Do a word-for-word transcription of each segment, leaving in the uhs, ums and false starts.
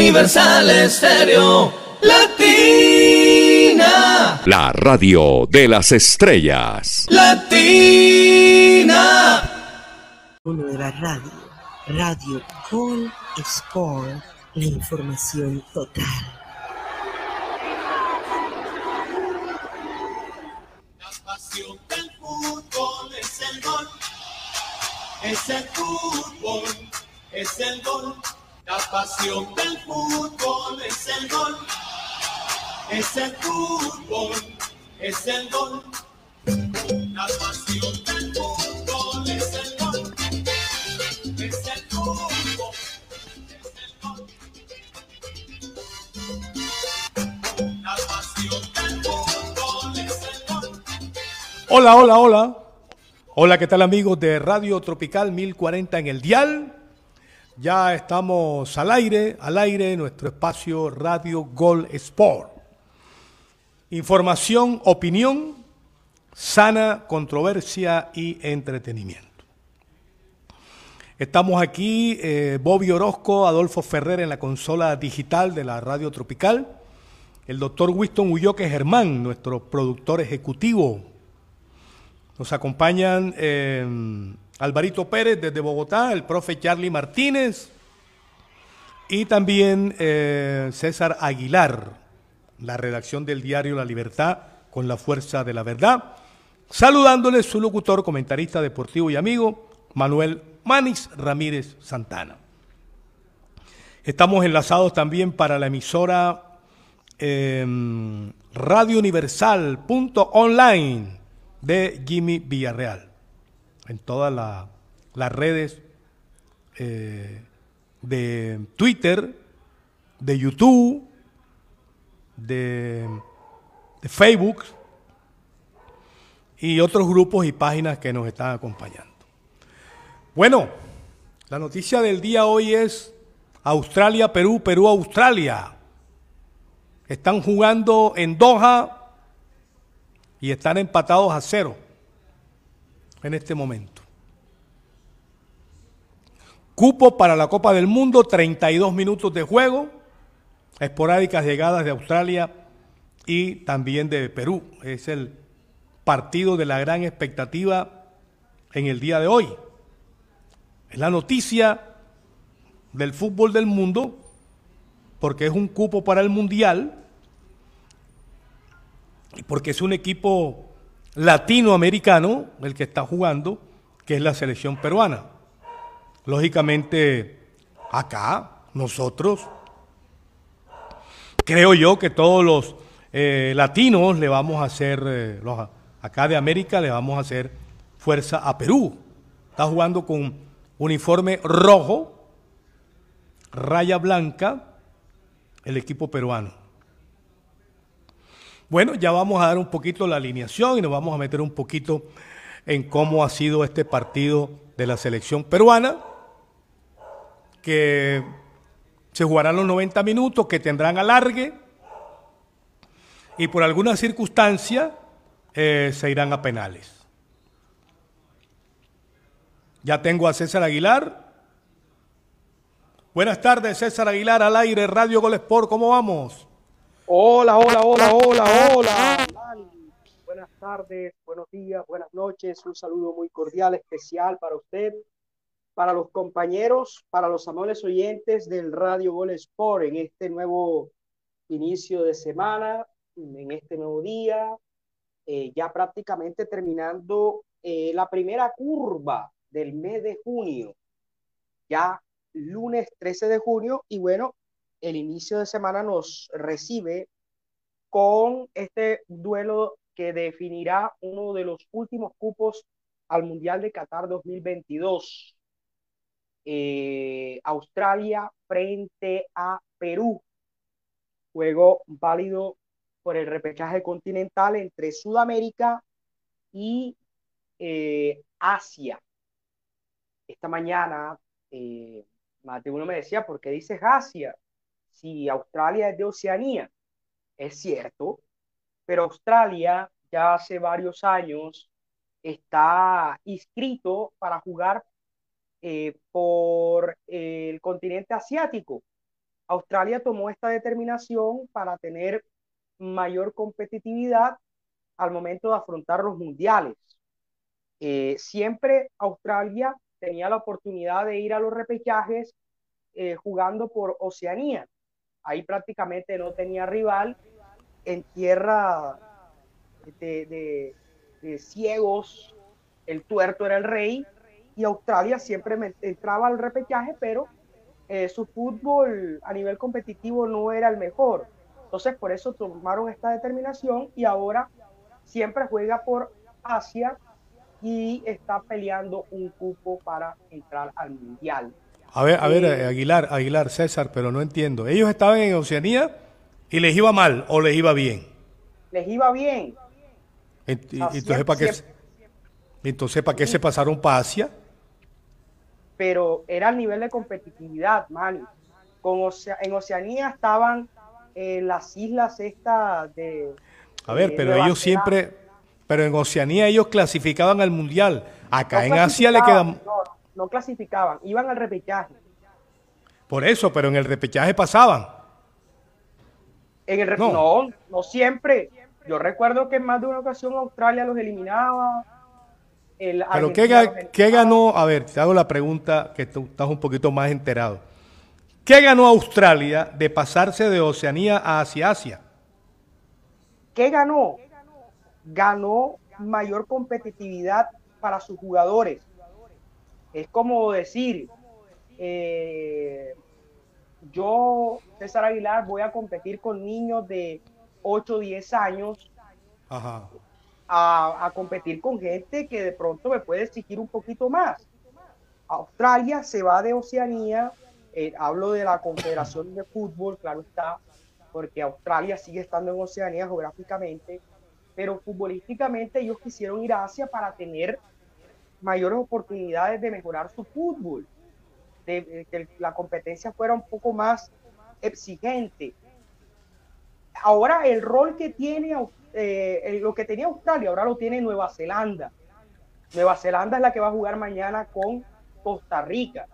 Universal Estéreo Latina. La radio de las estrellas. Latina. Uno de la radio, Radio Gol Sport, la información total. La pasión del fútbol es el gol, es el fútbol, es el gol. La pasión del fútbol es el gol, es el fútbol, es el gol. La pasión del fútbol es el gol, es el fútbol, es el gol. La pasión del fútbol es el gol. Hola, hola, hola. Hola, ¿qué tal amigos de Radio Tropical mil cuarenta en el dial? Ya estamos al aire, al aire, nuestro espacio Radio Gol Sport. Información, opinión, sana controversia y entretenimiento. Estamos aquí, eh, Bobby Orozco, Adolfo Ferrer en la consola digital de la Radio Tropical, el doctor Winston Ulloque Germán, nuestro productor ejecutivo. Nos acompañan eh, Alvarito Pérez desde Bogotá, el profe Charlie Martínez y también eh, César Aguilar, la redacción del diario La Libertad con la fuerza de la verdad. Saludándole su locutor, comentarista deportivo y amigo, Manuel Manis Ramírez Santana. Estamos enlazados también para la emisora eh, radio universal punto online de Jimmy Villarreal, en todas la, las redes eh, de Twitter, de YouTube, de, de Facebook y otros grupos y páginas que nos están acompañando. Bueno, la noticia del día hoy es Australia-Perú, Perú-Australia. Están jugando en Doha y están empatados a cero en este momento. Cupo para la Copa del Mundo, treinta y dos minutos de juego, esporádicas llegadas de Australia y también de Perú. Es el partido de la gran expectativa en el día de hoy. Es la noticia del fútbol del mundo porque es un cupo para el Mundial y porque es un equipo latinoamericano el que está jugando, que es la selección peruana. Lógicamente, acá, nosotros, creo yo que todos los eh, latinos le vamos a hacer, eh, los, acá de América le vamos a hacer fuerza a Perú. Está jugando con uniforme rojo, raya blanca, el equipo peruano. Bueno, ya vamos a dar un poquito la alineación y nos vamos a meter un poquito en cómo ha sido este partido de la selección peruana, que se jugarán los noventa minutos, que tendrán alargue y por alguna circunstancia eh, se irán a penales. Ya tengo a César Aguilar. Buenas tardes, César Aguilar, al aire, Radio Gol Sport, ¿cómo vamos? Hola, hola, hola, hola, hola. Buenas tardes, buenos días, buenas noches. Un saludo muy cordial, especial para usted, para los compañeros, para los amables oyentes del Radio Gol Sport en este nuevo inicio de semana, en este nuevo día, eh, ya prácticamente terminando eh, la primera curva del mes de junio, ya lunes trece de junio, y bueno, el inicio de semana nos recibe con este duelo que definirá uno de los últimos cupos al Mundial de Qatar dos mil veintidós. Eh, Australia frente a Perú. Juego válido por el repechaje continental entre Sudamérica y eh, Asia. Esta mañana, eh, más de uno me decía, ¿por qué dices Asia? Si Australia es de Oceanía. Es cierto, pero Australia ya hace varios años está inscrito para jugar eh, por eh, el continente asiático. Australia tomó esta determinación para tener mayor competitividad al momento de afrontar los mundiales. Eh, siempre Australia tenía la oportunidad de ir a los repechajes eh, jugando por Oceanía. Ahí prácticamente no tenía rival en tierra de, de, de ciegos. El tuerto era el rey y Australia siempre entraba al repechaje, pero eh, su fútbol a nivel competitivo no era el mejor. Entonces por eso tomaron esta determinación y ahora siempre juega por Asia y está peleando un cupo para entrar al mundial. A ver, a ver, Eh, Aguilar, Aguilar, César, pero no entiendo. ¿Ellos estaban en Oceanía y les iba mal o les iba bien? les iba bien. Ent- O sea, Entonces, ¿para qué, siempre- entonces, ¿para qué se pasaron para Asia? pero era el nivel de competitividad, man. Con Ocea- en Oceanía estaban eh, las islas estas de A ver, eh, pero Nueva ellos Zelanda. siempre, pero en Oceanía ellos clasificaban al mundial. Acá No en Asia le clasificaban, quedan, no, no clasificaban, iban al repechaje. por eso, pero en el repechaje pasaban. En el re- No. no. no, siempre. Yo recuerdo que en más de una ocasión Australia los eliminaba. El Pero ¿qué, Argentina los ga- qué eliminaba. ganó? A ver, te hago la pregunta que tú estás un poquito más enterado. ¿Qué ganó Australia de pasarse de Oceanía a hacia Asia? ¿Qué ganó? Ganó mayor competitividad para sus jugadores. Es como decir, eh, yo, César Aguilar, voy a competir con niños de ocho o diez años Ajá. a, a competir con gente que de pronto me puede exigir un poquito más. Australia se va de Oceanía, eh, hablo de la Confederación de Fútbol, claro está, porque Australia sigue estando en Oceanía geográficamente, pero futbolísticamente ellos quisieron ir a Asia para tener mayores oportunidades de mejorar su fútbol, de, de que la competencia fuera un poco más exigente. Ahora el rol que tiene, eh, lo que tenía Australia, ahora lo tiene Nueva Zelanda. Nueva Zelanda es la que va a jugar mañana con Costa Rica.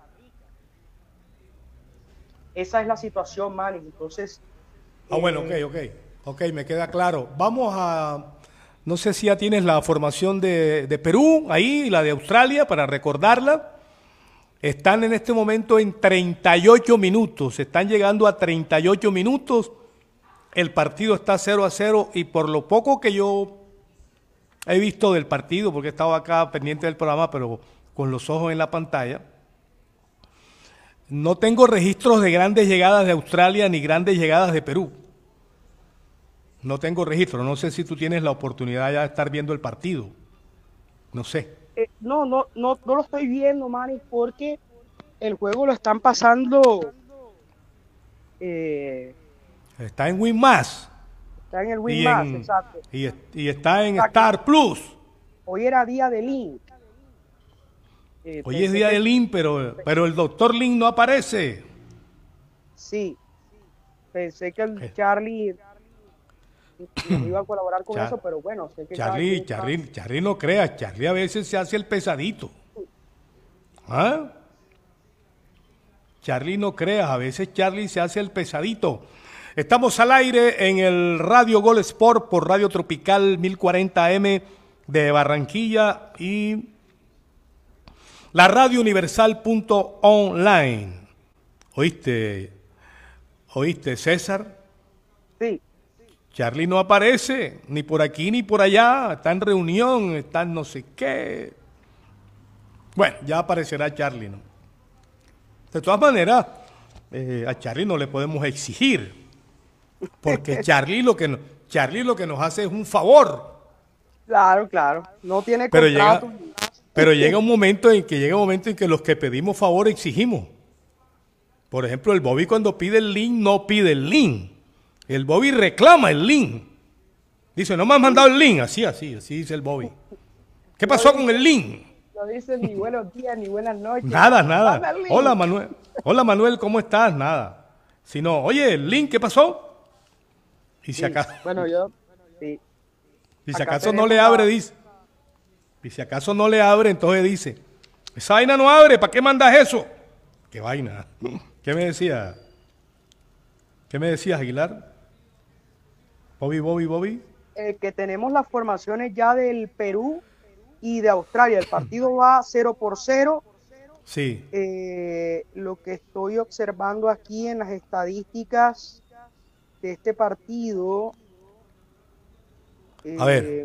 Esa es la situación, Manny. Entonces. Ah, bueno, ok, eh, ok. Ok, me queda claro. Vamos a. No sé si ya tienes la formación de, de Perú ahí, la de Australia, para recordarla. Están en este momento en treinta y ocho minutos. Están llegando a treinta y ocho minutos. El partido está cero a cero y por lo poco que yo he visto del partido, porque he estado acá pendiente del programa, pero con los ojos en la pantalla, no tengo registros de grandes llegadas de Australia ni grandes llegadas de Perú. No tengo registro. No sé si tú tienes la oportunidad ya de estar viendo el partido. No sé. eh, no, no, no, no lo estoy viendo, Manny, porque el juego lo están pasando. Eh, Está en Winmas. está en el Y, Win Más, en- exacto. y, es- y está en Exacto. Star Plus. Hoy era día de Link. Eh, Hoy es pensé día que- de Lin, pero, pero el doctor Lin no aparece. Sí. Pensé que el Eh. Charlie nos iba a colaborar con Char- eso, pero bueno, sé que cada Charlie, quien está- Charlie, Charlie no crea, Charlie a veces se hace el pesadito. ¿Ah? Charlie no creas, a veces Charlie se hace el pesadito. Estamos al aire en el Radio Gol Sport por Radio Tropical mil cuarenta A M de Barranquilla y la radio universal punto online. ¿Oíste? ¿Oíste, César? Sí, Charlie no aparece, ni por aquí ni por allá, está en reunión, está en no sé qué. Bueno, ya aparecerá Charlie, ¿no? De todas maneras, eh, a Charlie no le podemos exigir, porque Charlie lo que, no- Charlie lo que nos hace es un favor, claro, claro. No tiene pero llega, contrato. ni- pero llega un momento en que llega un momento en que los que pedimos favor exigimos. Por ejemplo, el Bobby cuando pide el link no pide el link. El Bobby reclama el link. Dice, no me has mandado el link. Así, así, así dice el Bobby. ¿Qué pasó con el link? No dicen ni buenos días ni buenas noches. Nada, nada. Manda el link. Hola, Manuel. Hola, Manuel, ¿cómo estás? Nada. Sino, oye, el link, ¿qué pasó? Y si Sí, acaso, Bueno, yo. Sí. y si acá acaso no tenemos le a- abre, dice. Y si acaso no le abre, entonces dice, esa vaina no abre, ¿para qué mandas eso? ¿Qué vaina? ¿Qué me decía? ¿Qué me decías, Aguilar? Bobby, Bobby, Bobby. Eh, que tenemos las formaciones ya del Perú y de Australia. El partido va cero por cero. Sí. Eh, lo que estoy observando aquí en las estadísticas de este partido. Eh, A ver.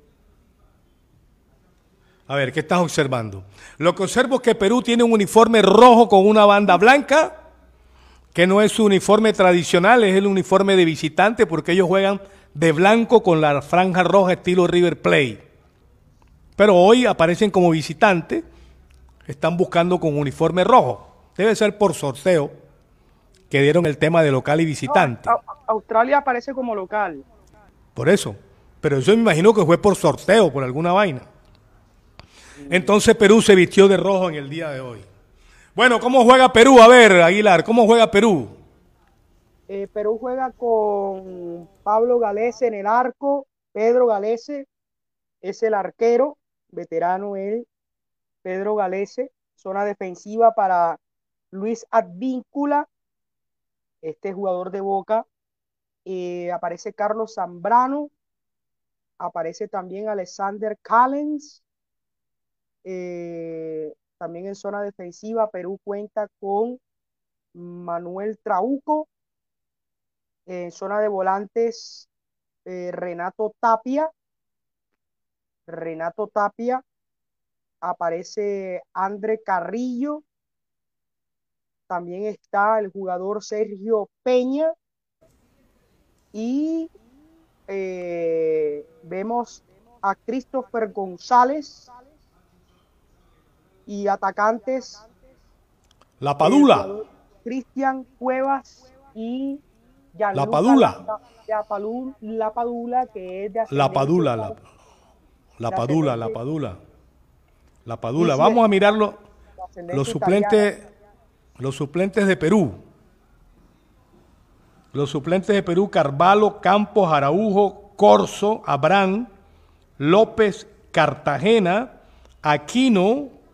A ver, ¿qué estás observando? Lo que observo es que Perú tiene un uniforme rojo con una banda blanca, que no es su uniforme tradicional, es el uniforme de visitante, porque ellos juegan de blanco con la franja roja estilo River Plate. Pero hoy aparecen como visitantes, están buscando con uniforme rojo. Debe ser por sorteo que dieron el tema de local y visitante. No, Australia aparece como local. Por eso. Pero yo me imagino que fue por sorteo, por alguna vaina. Entonces Perú se vistió de rojo en el día de hoy. Bueno, ¿cómo juega Perú? A ver, Aguilar, ¿cómo juega Perú? Eh, Perú juega con Pablo Galese en el arco. Pedro Galese es el arquero, veterano él. Pedro Galese, zona defensiva para Luis Advíncula, este jugador de Boca. Eh, aparece Carlos Zambrano, aparece también Alexander Callens. Eh, también en zona defensiva Perú cuenta con Manuel Trauco. En zona de volantes eh, Renato Tapia. Renato Tapia. Aparece André Carrillo. También está el jugador Sergio Peña. Y eh, vemos a Christopher González. Y atacantes La Padula. Cristian Cuevas y La Padula. La, Palu, la Padula, que es de La Padula, la, la Padula, la Padula. La Padula. Vamos a mirarlo. Los suplentes, los suplentes de Perú. Los suplentes de Perú: Carvalho, Campos, Araujo, Corso, Abrán, López, Cartagena, Aquino,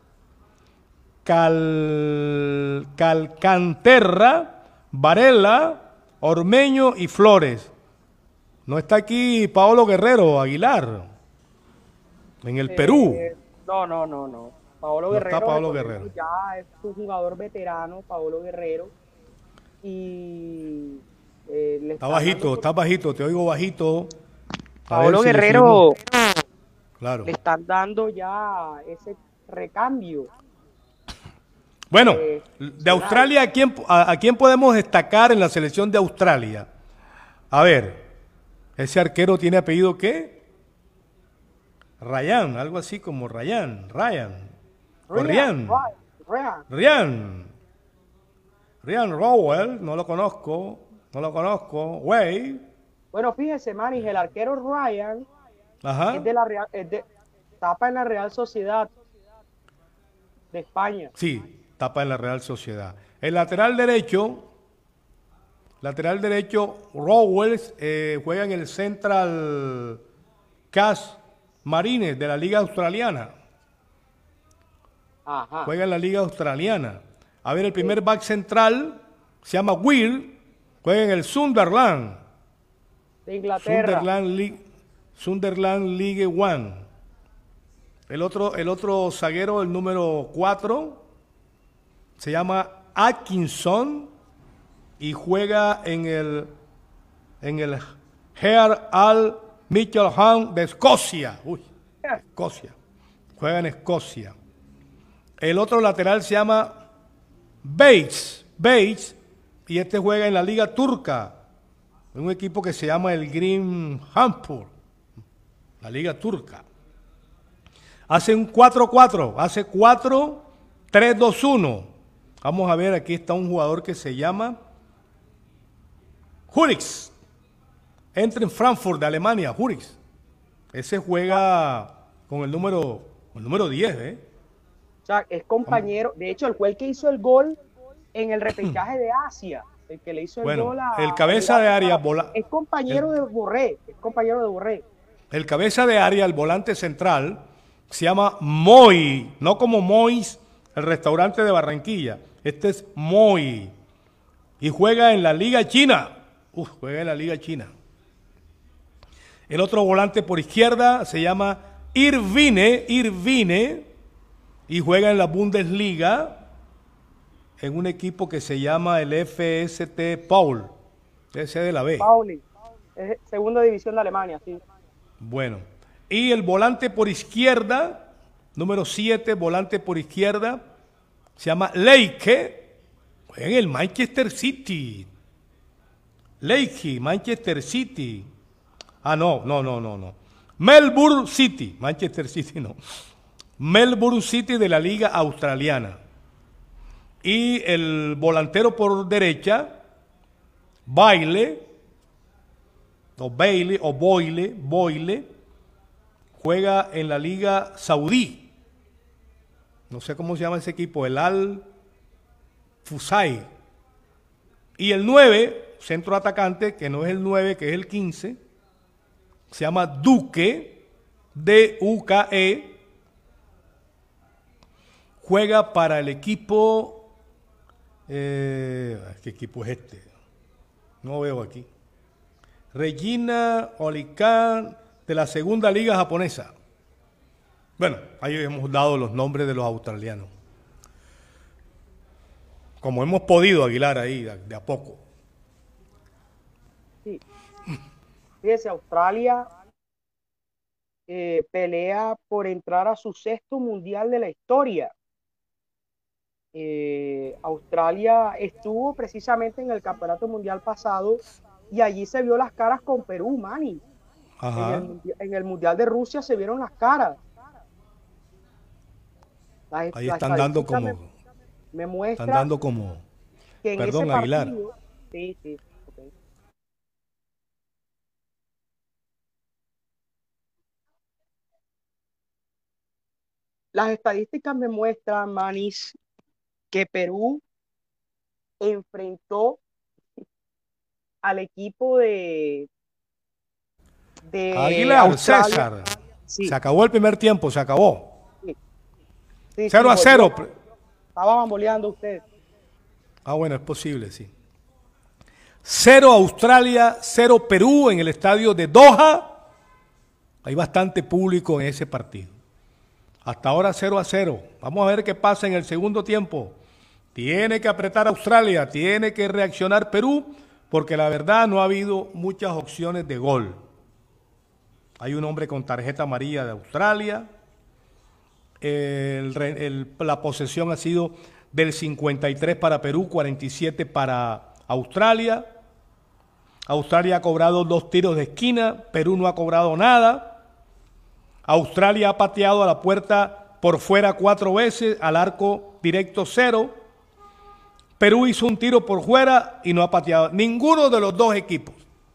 Cal, Calcanterra, Varela, Ormeño y Flores. No está aquí Paolo Guerrero, Aguilar, en el eh, Perú. No, no, no, no. Paolo no Guerrero, está Paolo Guerrero. Ya es un jugador veterano, Paolo Guerrero. Y eh, le está, está bajito, dando... está bajito, te oigo bajito. A Paolo Guerrero, si claro. Le están dando ya ese recambio. Bueno, de Australia, ¿a quién, a, ¿a quién podemos destacar en la selección de Australia? A ver, ese arquero tiene apellido ¿qué? Ryan, algo así como Ryan, Ryan, Ryan, Ryan, Ryan, Ryan Rowell, no lo conozco, no lo conozco, Way. Bueno, fíjese, Manny, el arquero Ryan Ajá. es de la Real, es de, tapa en la Real Sociedad de España. Sí. Tapa en la Real Sociedad. El lateral derecho, lateral derecho, Rowells, eh, juega en el Central Cash Marines de la Liga Australiana. Ajá. Juega en la Liga Australiana. A ver, el primer back central se llama Will, juega en el Sunderland. De Inglaterra. Sunderland League, Sunderland League One. El otro, el otro zaguero, el número cuatro, se llama Atkinson y juega en el en el Heart Al Michelham de Escocia. Uy, Escocia. Juega en Escocia. El otro lateral se llama Bates, Bates, y este juega en la Liga Turca, en un equipo que se llama el Green Hampur, la Liga Turca. Hace un cuatro cuatro, hace cuatro tres dos uno. Vamos a ver, aquí está un jugador que se llama Hurix. Entra en Frankfurt de Alemania, Hurix. Ese juega con el número, el número diez, ¿eh? O sea, es compañero. De hecho, él fue el que hizo el gol en el repechaje de Asia. El que le hizo el bueno, gol a... el cabeza de área... Vola, es compañero el, de Borré. Es compañero de Borré. El cabeza de área, el volante central, se llama Moy. No como Mois, el restaurante de Barranquilla. Este es Moy. Y juega en la Liga China. Uf, juega en la Liga China. El otro volante por izquierda se llama Irvine, Irvine, y juega en la Bundesliga en un equipo que se llama el F S T Paul, ese de la B. Pauli, es segunda división de Alemania, sí. Bueno, y el volante por izquierda, número siete, volante por izquierda, se llama Leike, juega en el Manchester City. Leike, Manchester City. Ah, no, no, no, no, no. Melbourne City, Manchester City no. Melbourne City de la Liga Australiana. Y el volantero por derecha, Baile, o Bailey, o Boyle, Boyle, juega en la Liga Saudí. No sé cómo se llama ese equipo, el Al Fusai. Y el nueve, centro atacante, que no es el nueve, que es el quince, se llama Duque, D U K E, juega para el equipo, eh, ¿qué equipo es este? No veo aquí. Regina Olican de la segunda liga japonesa. Bueno, ahí hemos dado los nombres de los australianos. Como hemos podido, Aguilar, ahí, de a poco. Sí. Fíjese, Australia eh, pelea por entrar a su sexto mundial de la historia. Eh, Australia estuvo precisamente en el campeonato mundial pasado y allí se vio las caras con Perú, Manny. Ajá. En el, en el mundial de Rusia se vieron las caras. La, Ahí la están dando como, me, me muestra están dando como, que en perdón, ese partido, Aguilar. Sí, sí, okay. Las estadísticas me muestran, Manis, que Perú enfrentó al equipo de, de Aguilar, Australia. César, Sí, se acabó el primer tiempo, se acabó. sí, sí, cero sí, a cero. volvió. Estaba bamboleando usted. Ah, bueno, es posible, sí. Cero Australia, cero Perú en el estadio de Doha. Hay bastante público en ese partido. Hasta ahora cero a cero. Vamos a ver qué pasa en el segundo tiempo. Tiene que apretar Australia, tiene que reaccionar Perú, porque la verdad no ha habido muchas opciones de gol. Hay un hombre con tarjeta amarilla de Australia. El, el, la posesión ha sido del cincuenta y tres para Perú, cuarenta y siete para Australia. Australia ha cobrado dos tiros de esquina, Perú no ha cobrado nada. Australia ha pateado a la puerta por fuera cuatro veces, al arco directo cero. Perú hizo un tiro por fuera y no ha pateado. Ninguno de los dos equipos,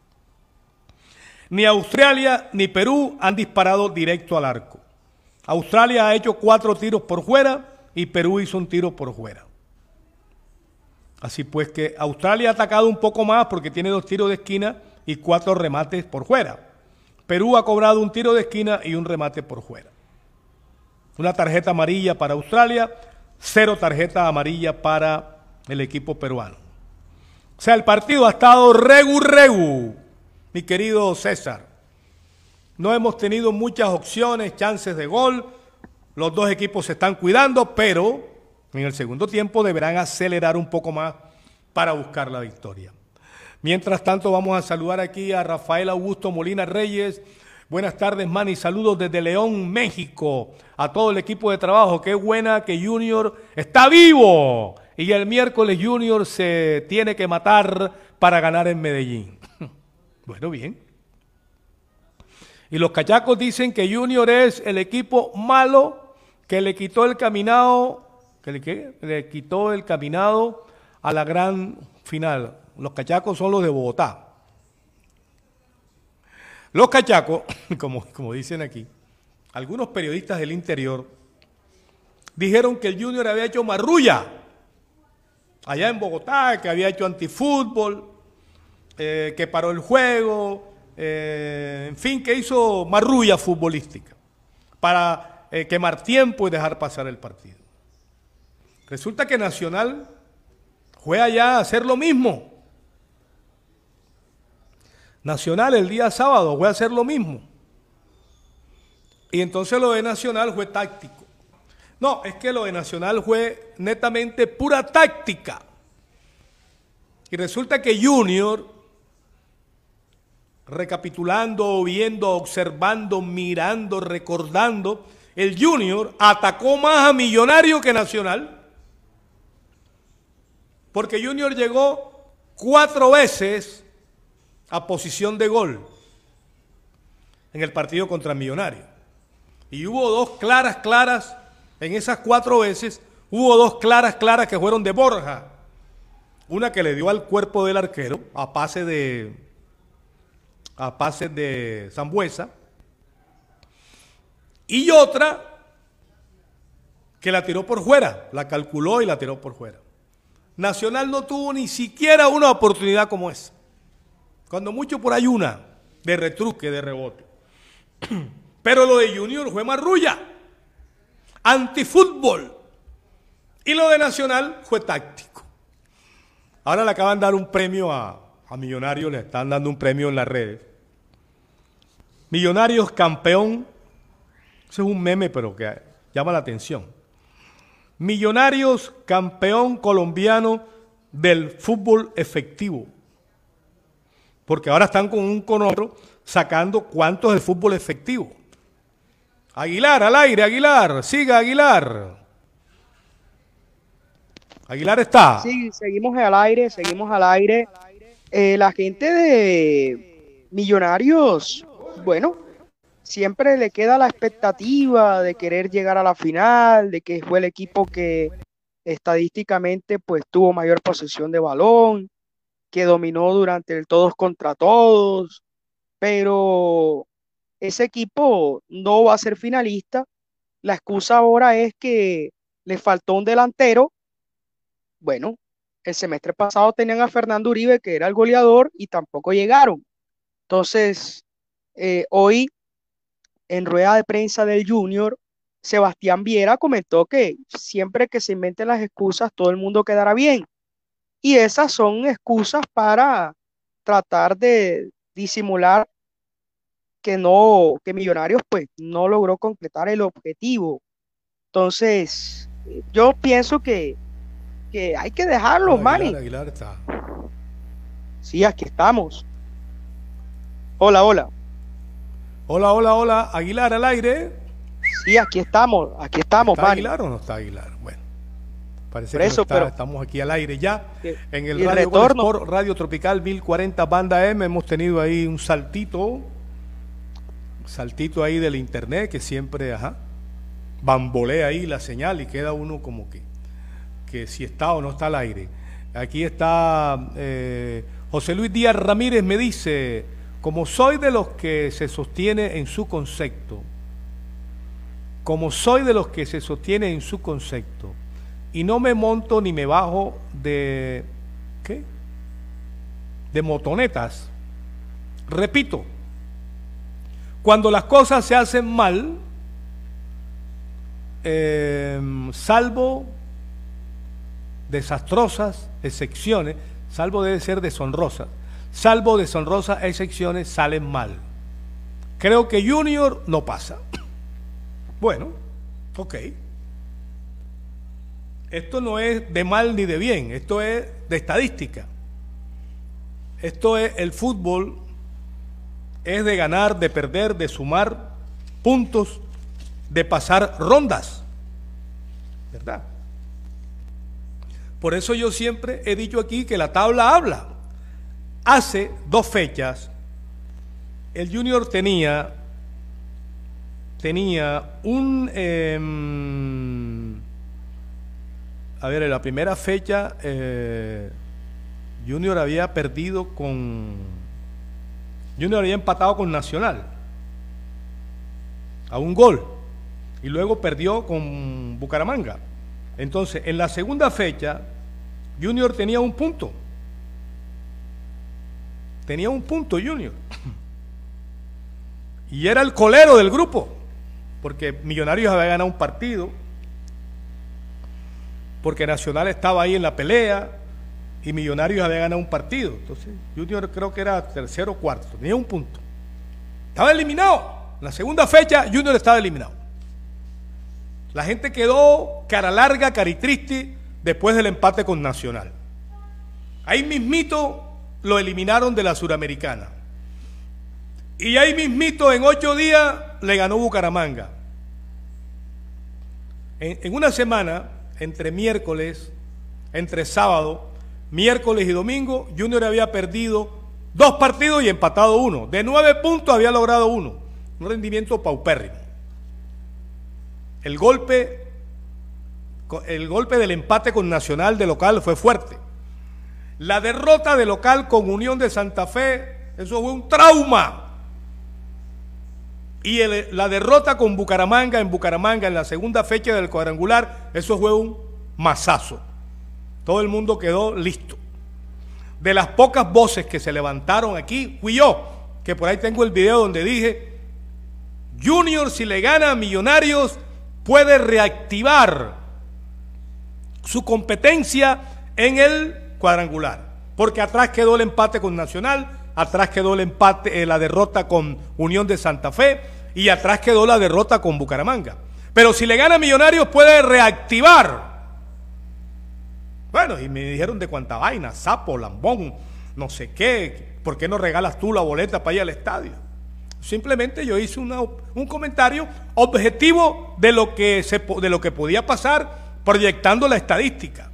ni Australia ni Perú, han disparado directo al arco. Australia ha hecho cuatro tiros por fuera y Perú hizo un tiro por fuera. Así pues que Australia ha atacado un poco más porque tiene dos tiros de esquina y cuatro remates por fuera. Perú ha cobrado un tiro de esquina y un remate por fuera. Una tarjeta amarilla para Australia, cero tarjeta amarilla para el equipo peruano. O sea, el partido ha estado regu regu, mi querido César. No hemos tenido muchas opciones, chances de gol. Los dos equipos se están cuidando, pero en el segundo tiempo deberán acelerar un poco más para buscar la victoria. Mientras tanto, vamos a saludar aquí a Rafael Augusto Molina Reyes. Buenas tardes, Manny. Saludos desde León, México. A todo el equipo de trabajo. Qué buena que Junior está vivo. Y el miércoles Junior se tiene que matar para ganar en Medellín. Bueno, bien. Y los cachacos dicen que Junior es el equipo malo que le quitó el caminado, que le, ¿qué? le quitó el caminado a la gran final. Los cachacos son los de Bogotá. Los cachacos, como, como dicen aquí, algunos periodistas del interior dijeron que el Junior había hecho marrulla allá en Bogotá, que había hecho antifútbol, eh, que paró el juego, eh, en fin, que hizo marrulla futbolística para eh, quemar tiempo y dejar pasar el partido. Resulta que Nacional fue allá a hacer lo mismo. Nacional el día sábado fue a hacer lo mismo. Y entonces lo de Nacional fue táctico. No, es que lo de Nacional fue netamente pura táctica. Y resulta que Junior, recapitulando, viendo, observando, mirando, recordando, el Junior atacó más a Millonario que Nacional. Porque Junior llegó cuatro veces a posición de gol en el partido contra Millonario. Y hubo dos claras, claras, en esas cuatro veces, hubo dos claras, claras que fueron de Borja. Una que le dio al cuerpo del arquero, a pase de, a pase de Sambuesa. Y otra que la tiró por fuera, la calculó y la tiró por fuera. Nacional no tuvo ni siquiera una oportunidad como esa. Cuando mucho por ahí una, de retruque, de rebote. Pero lo de Junior fue marrulla, antifútbol. Y lo de Nacional fue táctico. Ahora le acaban de dar un premio a, a Millonarios, le están dando un premio en las redes. Millonarios campeón, eso es un meme pero que llama la atención. Millonarios campeón colombiano del fútbol efectivo. Porque ahora están con un con otro sacando cuánto es el fútbol efectivo. Aguilar, al aire, Aguilar, siga Aguilar. Aguilar está. Sí, seguimos al aire, seguimos al aire. Eh, la gente de Millonarios, bueno, siempre le queda la expectativa de querer llegar a la final, de que fue el equipo que estadísticamente pues tuvo mayor posesión de balón, que dominó durante el todos contra todos, pero ese equipo no va a ser finalista. La excusa ahora es que le faltó un delantero. Bueno, el semestre pasado tenían a Fernando Uribe, que era el goleador, y tampoco llegaron. Entonces, eh, hoy, en rueda de prensa del Junior, Sebastián Viera comentó que siempre que se inventen las excusas, todo el mundo quedará bien. Y esas son excusas para tratar de disimular que no, que Millonarios pues no logró completar el objetivo. Entonces, yo pienso que, que hay que dejarlo, Manny. Aguilar, Aguilar está. Sí, aquí estamos. Hola, hola. Hola, hola, hola. Aguilar al aire. Sí, aquí estamos, aquí estamos, ¿Está Manny. Aguilar o no está Aguilar? Bueno, parece Por que eso, no está, pero- estamos aquí al aire ya. Que- En el y el Radio Gol retorno. Sport, Radio Tropical mil cuarenta Banda M, hemos tenido ahí un saltito, saltito ahí del internet que siempre, ajá, bambolea ahí la señal y queda uno como que, que si está o no está al aire. Aquí está eh, José Luis Díaz Ramírez, me dice, como soy de los que se sostiene en su concepto, como soy de los que se sostiene en su concepto, y no me monto ni me bajo de, ¿qué? De motonetas. Repito, cuando las cosas se hacen mal, eh, salvo desastrosas excepciones, salvo debe ser deshonrosas, salvo deshonrosas excepciones, salen mal. Creo que Junior no pasa. Bueno, ok. Esto no es de mal ni de bien, esto es de estadística. Esto es el fútbol, es de ganar, de perder, de sumar puntos, de pasar rondas, ¿verdad? Por eso yo siempre he dicho aquí que la tabla habla. Hace dos fechas, el Junior tenía, tenía un... Eh, a ver, en la primera fecha, eh, Junior había perdido con... Junior había empatado con Nacional a un gol y luego perdió con Bucaramanga. Entonces, en la segunda fecha, Junior tenía un punto. Tenía un punto Junior. Y era el colero del grupo, porque Millonarios había ganado un partido, porque Nacional estaba ahí en la pelea, y Millonarios había ganado un partido. Entonces Junior creo que era tercero o cuarto, tenía un punto. Estaba eliminado. En la segunda fecha Junior estaba eliminado. La gente quedó cara larga, caritriste después del empate con Nacional. Ahí mismito lo eliminaron de la Suramericana. Y ahí mismito en ocho días le ganó Bucaramanga. En, en una semana, entre miércoles, entre sábado, miércoles y domingo, Junior había perdido dos partidos y empatado uno. De nueve puntos había logrado uno. Un rendimiento paupérrimo. El golpe, el golpe del empate con Nacional de local fue fuerte. La derrota de local con Unión de Santa Fe, eso fue un trauma. Y el, la derrota con Bucaramanga en Bucaramanga en la segunda fecha del cuadrangular, eso fue un masazo. Todo el mundo quedó listo. De las pocas voces que se levantaron aquí, fui yo, que por ahí tengo el video donde dije, Junior si le gana a Millonarios puede reactivar su competencia en el cuadrangular, porque atrás quedó el empate con Nacional, atrás quedó el empate, eh, la derrota con Unión de Santa Fe y atrás quedó la derrota con Bucaramanga. Pero si le gana a Millonarios puede reactivar. Bueno, y me dijeron de cuánta vaina, sapo, lambón, no sé qué, ¿por qué no regalas tú la boleta para ir al estadio? Simplemente yo hice una, un comentario objetivo de lo, que se, de lo que podía pasar proyectando la estadística.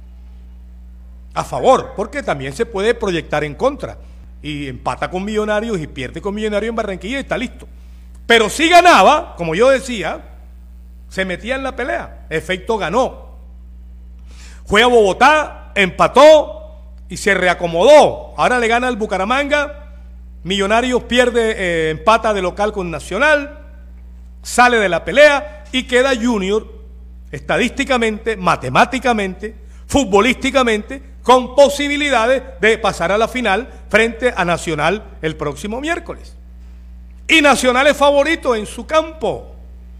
A favor, porque también se puede proyectar en contra. Y empata con Millonarios y pierde con Millonarios en Barranquilla y está listo. Pero si ganaba, como yo decía, se metía en la pelea. Efecto ganó. Fue a Bogotá, empató y se reacomodó. Ahora le gana el Bucaramanga. Millonarios pierde, eh, empata de local con Nacional. Sale de la pelea y queda Junior estadísticamente, matemáticamente, futbolísticamente, con posibilidades de pasar a la final frente a Nacional el próximo miércoles. Y Nacional es favorito en su campo.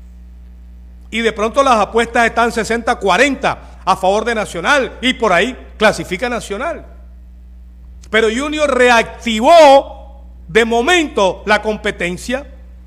Y de pronto las apuestas están sesenta cuarenta a favor de Nacional y por ahí clasifica Nacional. Pero Junior reactivó de momento la competencia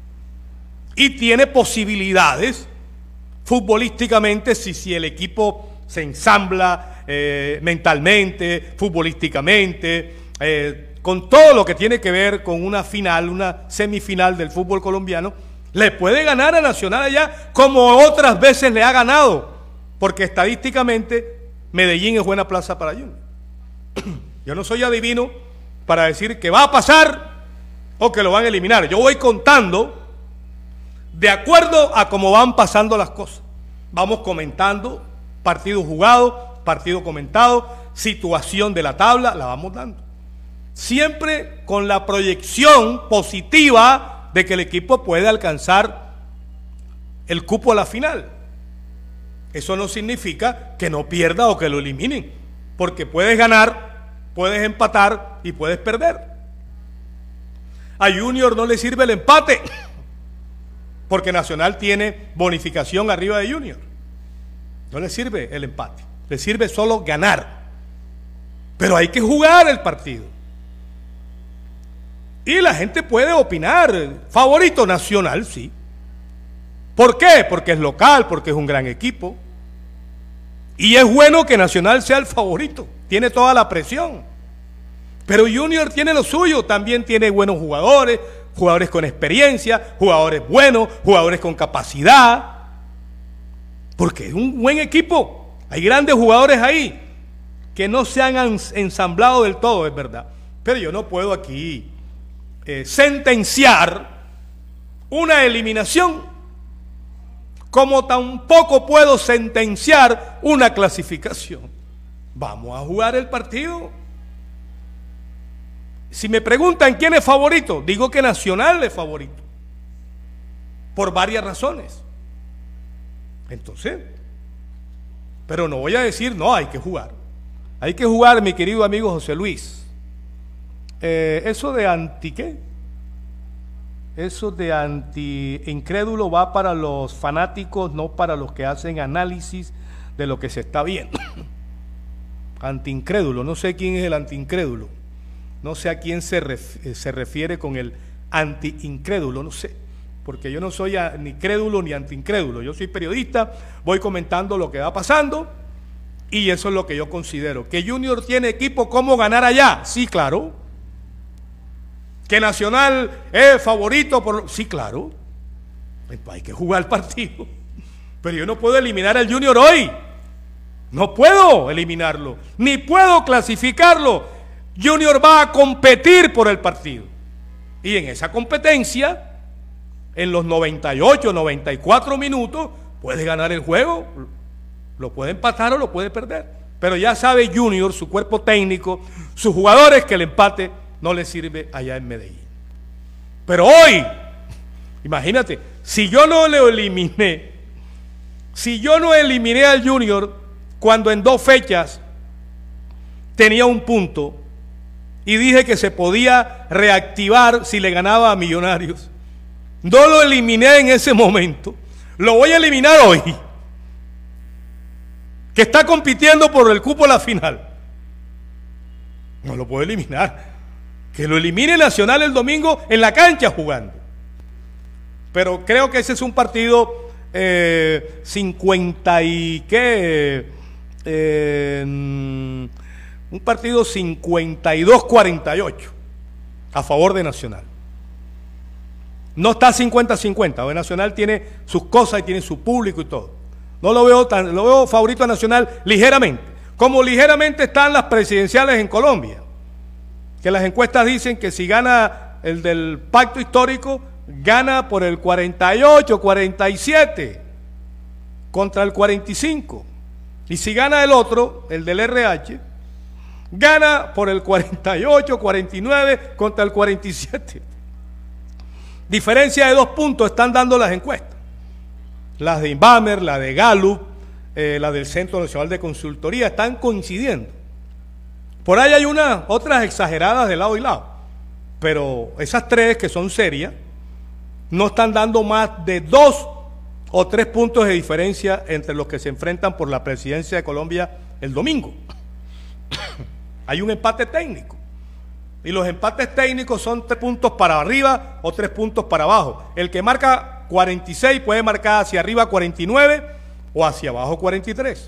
y tiene posibilidades futbolísticamente si, si el equipo se ensambla eh, mentalmente, futbolísticamente, eh, con todo lo que tiene que ver con una final, una semifinal del fútbol colombiano, le puede ganar a Nacional allá como otras veces le ha ganado, porque estadísticamente Medellín es buena plaza para Junior. Yo no soy adivino para decir que va a pasar o que lo van a eliminar. Yo voy contando de acuerdo a cómo van pasando las cosas. Vamos comentando partido jugado, partido comentado, situación de la tabla, la vamos dando. Siempre con la proyección positiva de que el equipo puede alcanzar el cupo a la final. Eso no significa que no pierda o que lo eliminen, porque puedes ganar, puedes empatar y puedes perder. A Junior no le sirve el empate, porque Nacional tiene bonificación arriba de Junior. No le sirve el empate, le sirve solo ganar. Pero hay que jugar el partido. Y la gente puede opinar, favorito Nacional, sí. ¿Por qué? Porque es local, porque es un gran equipo. Y es bueno que Nacional sea el favorito, tiene toda la presión. Pero Junior tiene lo suyo, también tiene buenos jugadores, jugadores con experiencia, jugadores buenos, jugadores con capacidad. Porque es un buen equipo, hay grandes jugadores ahí que no se han ensamblado del todo, es verdad. Pero yo no puedo aquí eh, sentenciar una eliminación, como tampoco puedo sentenciar una clasificación. Vamos a jugar el partido. Si me preguntan quién es favorito, digo que Nacional es favorito, por varias razones. Entonces, pero no voy a decir, no, hay que jugar. Hay que jugar, mi querido amigo José Luis. Eh, eso de anti, ¿qué? Eso de anti incrédulo va para los fanáticos, no para los que hacen análisis de lo que se está viendo. antiincrédulo, no sé quién es el antiincrédulo, no sé a quién se, ref, se refiere con el antiincrédulo, no sé, porque yo no soy a, ni crédulo ni antiincrédulo, yo soy periodista, voy comentando lo que va pasando y eso es lo que yo considero. ¿Que Junior tiene equipo cómo ganar allá? Sí, claro. ¿Que Nacional es favorito? Por... Sí, claro. Pues hay que jugar el partido. Pero yo no puedo eliminar al Junior hoy. No puedo eliminarlo, ni puedo clasificarlo. Junior va a competir por el partido. Y en esa competencia, en los noventa y ocho, noventa y cuatro minutos, puede ganar el juego, lo puede empatar o lo puede perder. Pero ya sabe Junior, su cuerpo técnico, sus jugadores, que el empate no le sirve allá en Medellín. Pero hoy, imagínate, si yo no le eliminé, si yo no eliminé al Junior cuando en dos fechas tenía un punto y dije que se podía reactivar si le ganaba a Millonarios, no lo eliminé en ese momento, lo voy a eliminar hoy, que está compitiendo por el cupo a la final. No lo puedo eliminar. Que lo elimine Nacional el domingo en la cancha jugando. Pero creo que ese es un partido eh, cincuenta y qué, eh, un partido cincuenta y dos cuarenta y ocho a favor de Nacional. No está cincuenta cincuenta, Nacional tiene sus cosas y tiene su público y todo. No lo veo tan, lo veo favorito a Nacional ligeramente, como ligeramente están las presidenciales en Colombia, que las encuestas dicen que si gana el del pacto histórico, gana por el cuarenta y ocho, cuarenta y siete contra el cuarenta y cinco. Y si gana el otro, el del R H, gana por el cuarenta y ocho, cuarenta y nueve contra el cuarenta y siete. Diferencia de dos puntos están dando las encuestas. Las de Inbamer, la de Gallup, eh, la del Centro Nacional de Consultoría, están coincidiendo. Por ahí hay unas, otras exageradas de lado y lado, pero esas tres que son serias, no están dando más de dos o tres puntos de diferencia entre los que se enfrentan por la presidencia de Colombia el domingo. Hay un empate técnico. Y los empates técnicos son tres puntos para arriba o tres puntos para abajo. El que marca cuarenta y seis puede marcar hacia arriba cuarenta y nueve o hacia abajo cuarenta y tres.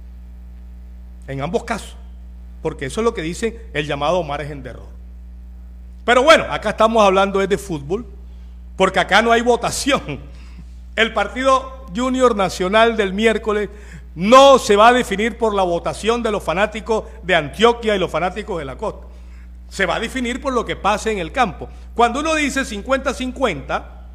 En ambos casos. Porque eso es lo que dicen el llamado margen de error. Pero bueno, acá estamos hablando es de fútbol, porque acá no hay votación. El partido Junior Nacional del miércoles no se va a definir por la votación de los fanáticos de Antioquia y los fanáticos de la costa. Se va a definir por lo que pase en el campo. Cuando uno dice cincuenta cincuenta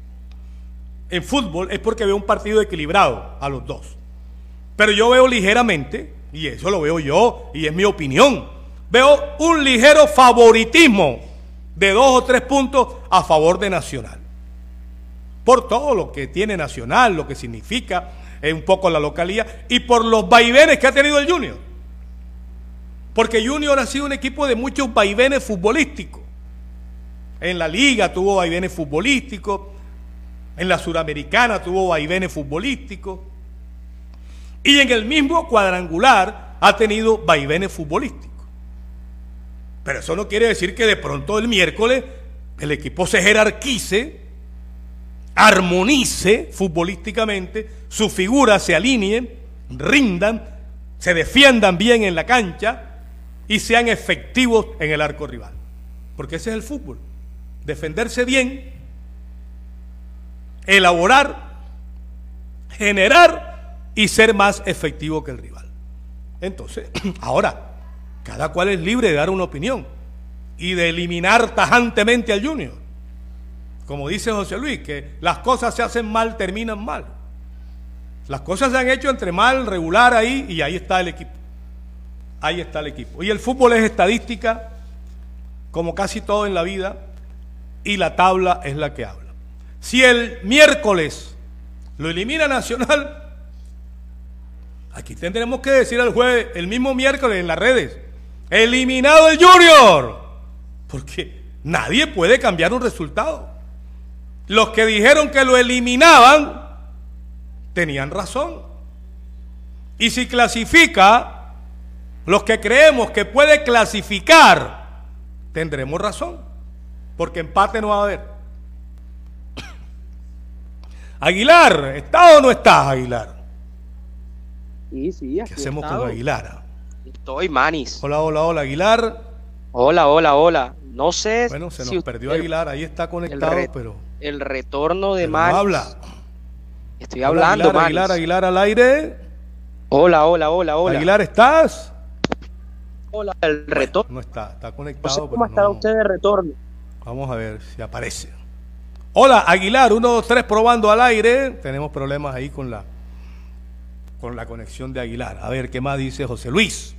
en fútbol es porque ve un partido equilibrado a los dos. Pero yo veo ligeramente, y eso lo veo yo, y es mi opinión, veo un ligero favoritismo de dos o tres puntos a favor de Nacional. Por todo lo que tiene Nacional, lo que significa eh, un poco la localidad, y por los vaivenes que ha tenido el Junior. Porque Junior ha sido un equipo de muchos vaivenes futbolísticos. En la Liga tuvo vaivenes futbolísticos, en la Suramericana tuvo vaivenes futbolísticos, y en el mismo cuadrangular ha tenido vaivenes futbolísticos. Pero eso no quiere decir que de pronto el miércoles el equipo se jerarquice, armonice futbolísticamente, sus figuras se alineen, rindan, se defiendan bien en la cancha y sean efectivos en el arco rival. Porque ese es el fútbol. Defenderse bien, elaborar, generar y ser más efectivo que el rival. Entonces, ahora, cada cual es libre de dar una opinión y de eliminar tajantemente al Junior. Como dice José Luis, que las cosas se hacen mal, terminan mal. Las cosas se han hecho entre mal, regular ahí, y ahí está el equipo. Ahí está el equipo. Y el fútbol es estadística, como casi todo en la vida, y la tabla es la que habla. Si el miércoles lo elimina Nacional, aquí tendremos que decir al jueves, el mismo miércoles en las redes, eliminado el Junior, porque nadie puede cambiar un resultado. Los que dijeron que lo eliminaban tenían razón. Y si clasifica, los que creemos que puede clasificar, tendremos razón, porque empate no va a haber. Aguilar, ¿estás o no estás, Aguilar? Sí, sí, aquí ¿Qué hacemos he estado. con Aguilar? Estoy, manis. Hola, hola, hola, Aguilar. Hola, hola, hola. No sé Bueno, se nos si perdió el, Aguilar, ahí está conectado, re- pero, el retorno de pero no Manis. habla. Estoy Hola, hablando, Aguilar, Manis. Aguilar, Aguilar al aire. Hola, hola, hola, hola. Aguilar, ¿estás? Hola, el retorno. No está, está No sé conectado, cómo pero estará no. usted de retorno. Vamos a ver si aparece. Hola, Aguilar, uno, dos, tres, probando al aire. Tenemos problemas ahí con la, con la conexión de Aguilar. A ver, ¿qué más dice José Luis?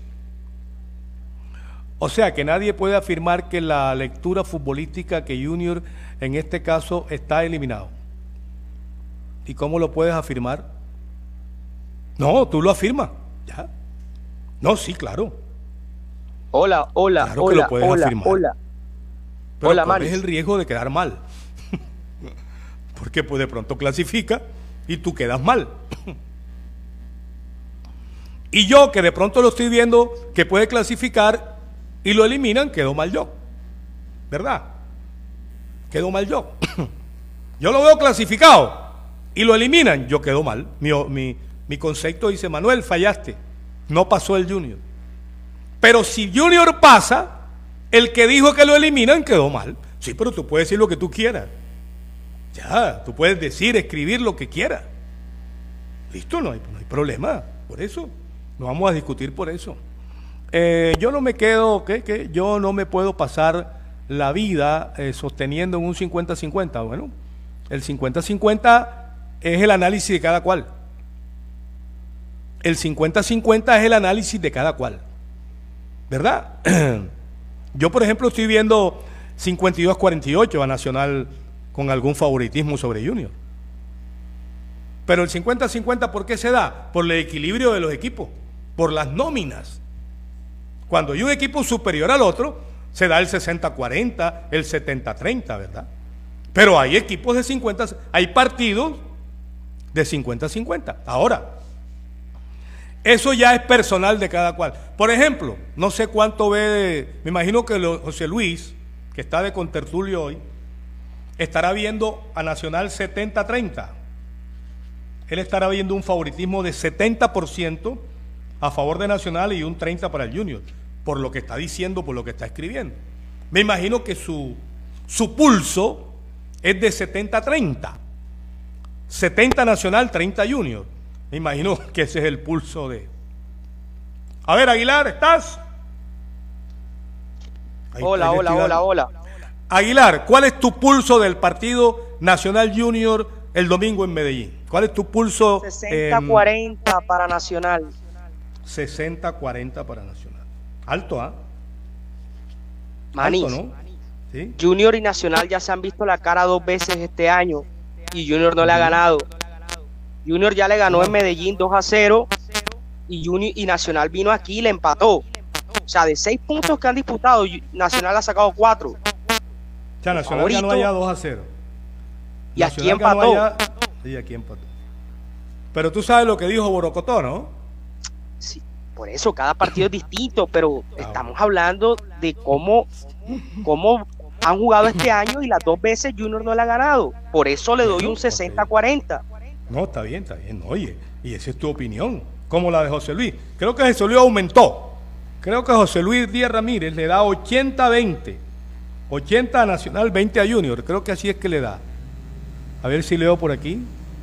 O sea, que nadie puede afirmar que la lectura futbolística que Junior en este caso está eliminado. ¿Y cómo lo puedes afirmar? No, tú lo afirmas. Ya. No, sí, claro. Hola, hola, Claro que hola, lo puedes hola, afirmar. hola. Pero Hola, corres Manis. el riesgo de quedar mal. Porque pues de pronto clasifica y tú quedas mal. Y yo que de pronto lo estoy viendo que puede clasificar y lo eliminan, quedó mal yo. ¿Verdad? Quedó mal yo. Yo lo veo clasificado y lo eliminan, yo quedo mal. Mi, mi, mi concepto dice, Manuel, fallaste. No pasó el Junior. Pero si Junior pasa, el que dijo que lo eliminan quedó mal. Sí, pero tú puedes decir lo que tú quieras. Ya, tú puedes decir, escribir lo que quieras. Listo, no hay, no hay problema. Por eso, no vamos a discutir por eso. Eh, yo no me quedo, ¿qué? ¿Qué? Yo no me puedo pasar la vida eh, sosteniendo en un cincuenta cincuenta. Bueno, el cincuenta cincuenta es el análisis de cada cual. El cincuenta cincuenta es el análisis de cada cual. ¿Verdad? Yo, por ejemplo, estoy viendo cincuenta y dos cuarenta y ocho a Nacional con algún favoritismo sobre Junior. Pero el cincuenta cincuenta, ¿por qué se da? Por el equilibrio de los equipos, por las nóminas. Cuando hay un equipo superior al otro, se da el sesenta cuarenta, el setenta treinta, ¿verdad? Pero hay equipos de cincuenta, hay partidos de cincuenta cincuenta. Ahora, eso ya es personal de cada cual. Por ejemplo, no sé cuánto ve, me imagino que lo, José Luis, que está de contertulio hoy, estará viendo a Nacional setenta treinta. Él estará viendo un favoritismo de setenta por ciento a favor de Nacional y un treinta por ciento para el Junior, por lo que está diciendo, por lo que está escribiendo. Me imagino que su, su pulso es de setenta treinta. setenta Nacional, treinta Junior. Me imagino que ese es el pulso de... A ver, Aguilar, ¿estás? Ahí, Hola, ahí hola, estoy hola, dando. hola. Aguilar, ¿cuál es tu pulso del partido Nacional Junior el domingo en Medellín? ¿Cuál es tu pulso? sesenta cuarenta eh, para Nacional. sesenta cuarenta para Nacional. Alto, ¿ah? Manis, Alto, ¿no? ¿Sí? Junior y Nacional ya se han visto la cara dos veces este año y Junior no le ha ganado. Junior ya le ganó en Medellín dos a cero y, Junior, y Nacional vino aquí y le empató. O sea, de seis puntos que han disputado, Nacional ha sacado cuatro. O sea, Nacional favorito. ganó allá dos a cero. Y aquí Nacional ganó empató. allá- Sí, aquí empató. Pero tú sabes lo que dijo Borocotó, ¿no? Sí, por eso cada partido es distinto, pero Ah, estamos hablando de cómo, cómo han jugado este año y las dos veces Junior no le ha ganado. Por eso le doy Bueno, un sesenta cuarenta. No, está bien, está bien. Oye, y esa es tu opinión, como la de José Luis. Creo que José Luis aumentó. Creo que José Luis Díaz Ramírez le da ochenta a veinte. ochenta a Nacional, veinte a Junior. Creo que así es que le da. A ver si leo por aquí.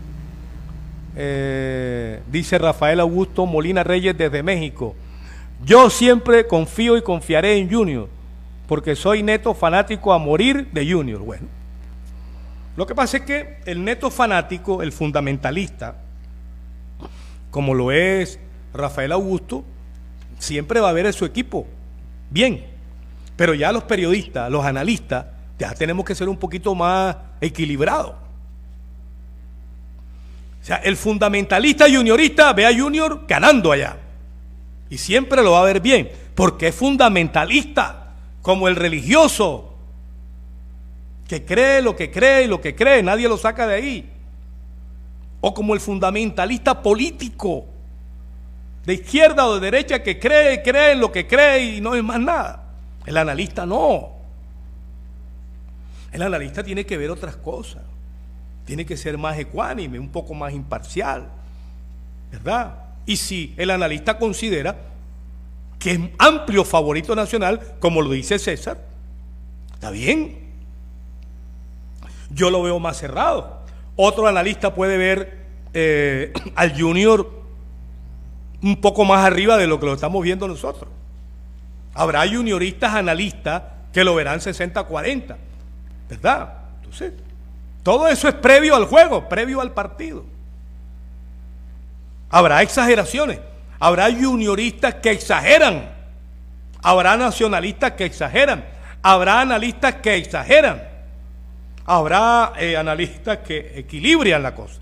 Eh, dice Rafael Augusto Molina Reyes desde México. Yo siempre confío y confiaré en Junior, porque soy neto fanático a morir de Junior. Bueno, lo que pasa es que el neto fanático, el fundamentalista, como lo es Rafael Augusto, siempre va a ver a su equipo bien. Pero ya los periodistas, los analistas, ya tenemos que ser un poquito más equilibrados. O sea, el fundamentalista juniorista ve a Junior ganando allá. Y siempre lo va a ver bien, porque es fundamentalista, como el religioso, que cree lo que cree y lo que cree, nadie lo saca de ahí. O como el fundamentalista político, de izquierda o de derecha que cree, cree en lo que cree y no es más nada. El analista no. El analista tiene que ver otras cosas. Tiene que ser más ecuánime, un poco más imparcial, ¿verdad? Y si el analista considera que es amplio favorito nacional, como lo dice César, está bien. Yo lo veo más cerrado. Otro analista puede ver eh, al Junior un poco más arriba de lo que lo estamos viendo nosotros. Habrá junioristas analistas que lo verán sesenta cuarenta, ¿verdad? Entonces, todo eso es previo al juego, previo al partido. Habrá exageraciones, habrá junioristas que exageran, habrá nacionalistas que exageran, habrá analistas que exageran, habrá eh, analistas que equilibran la cosa.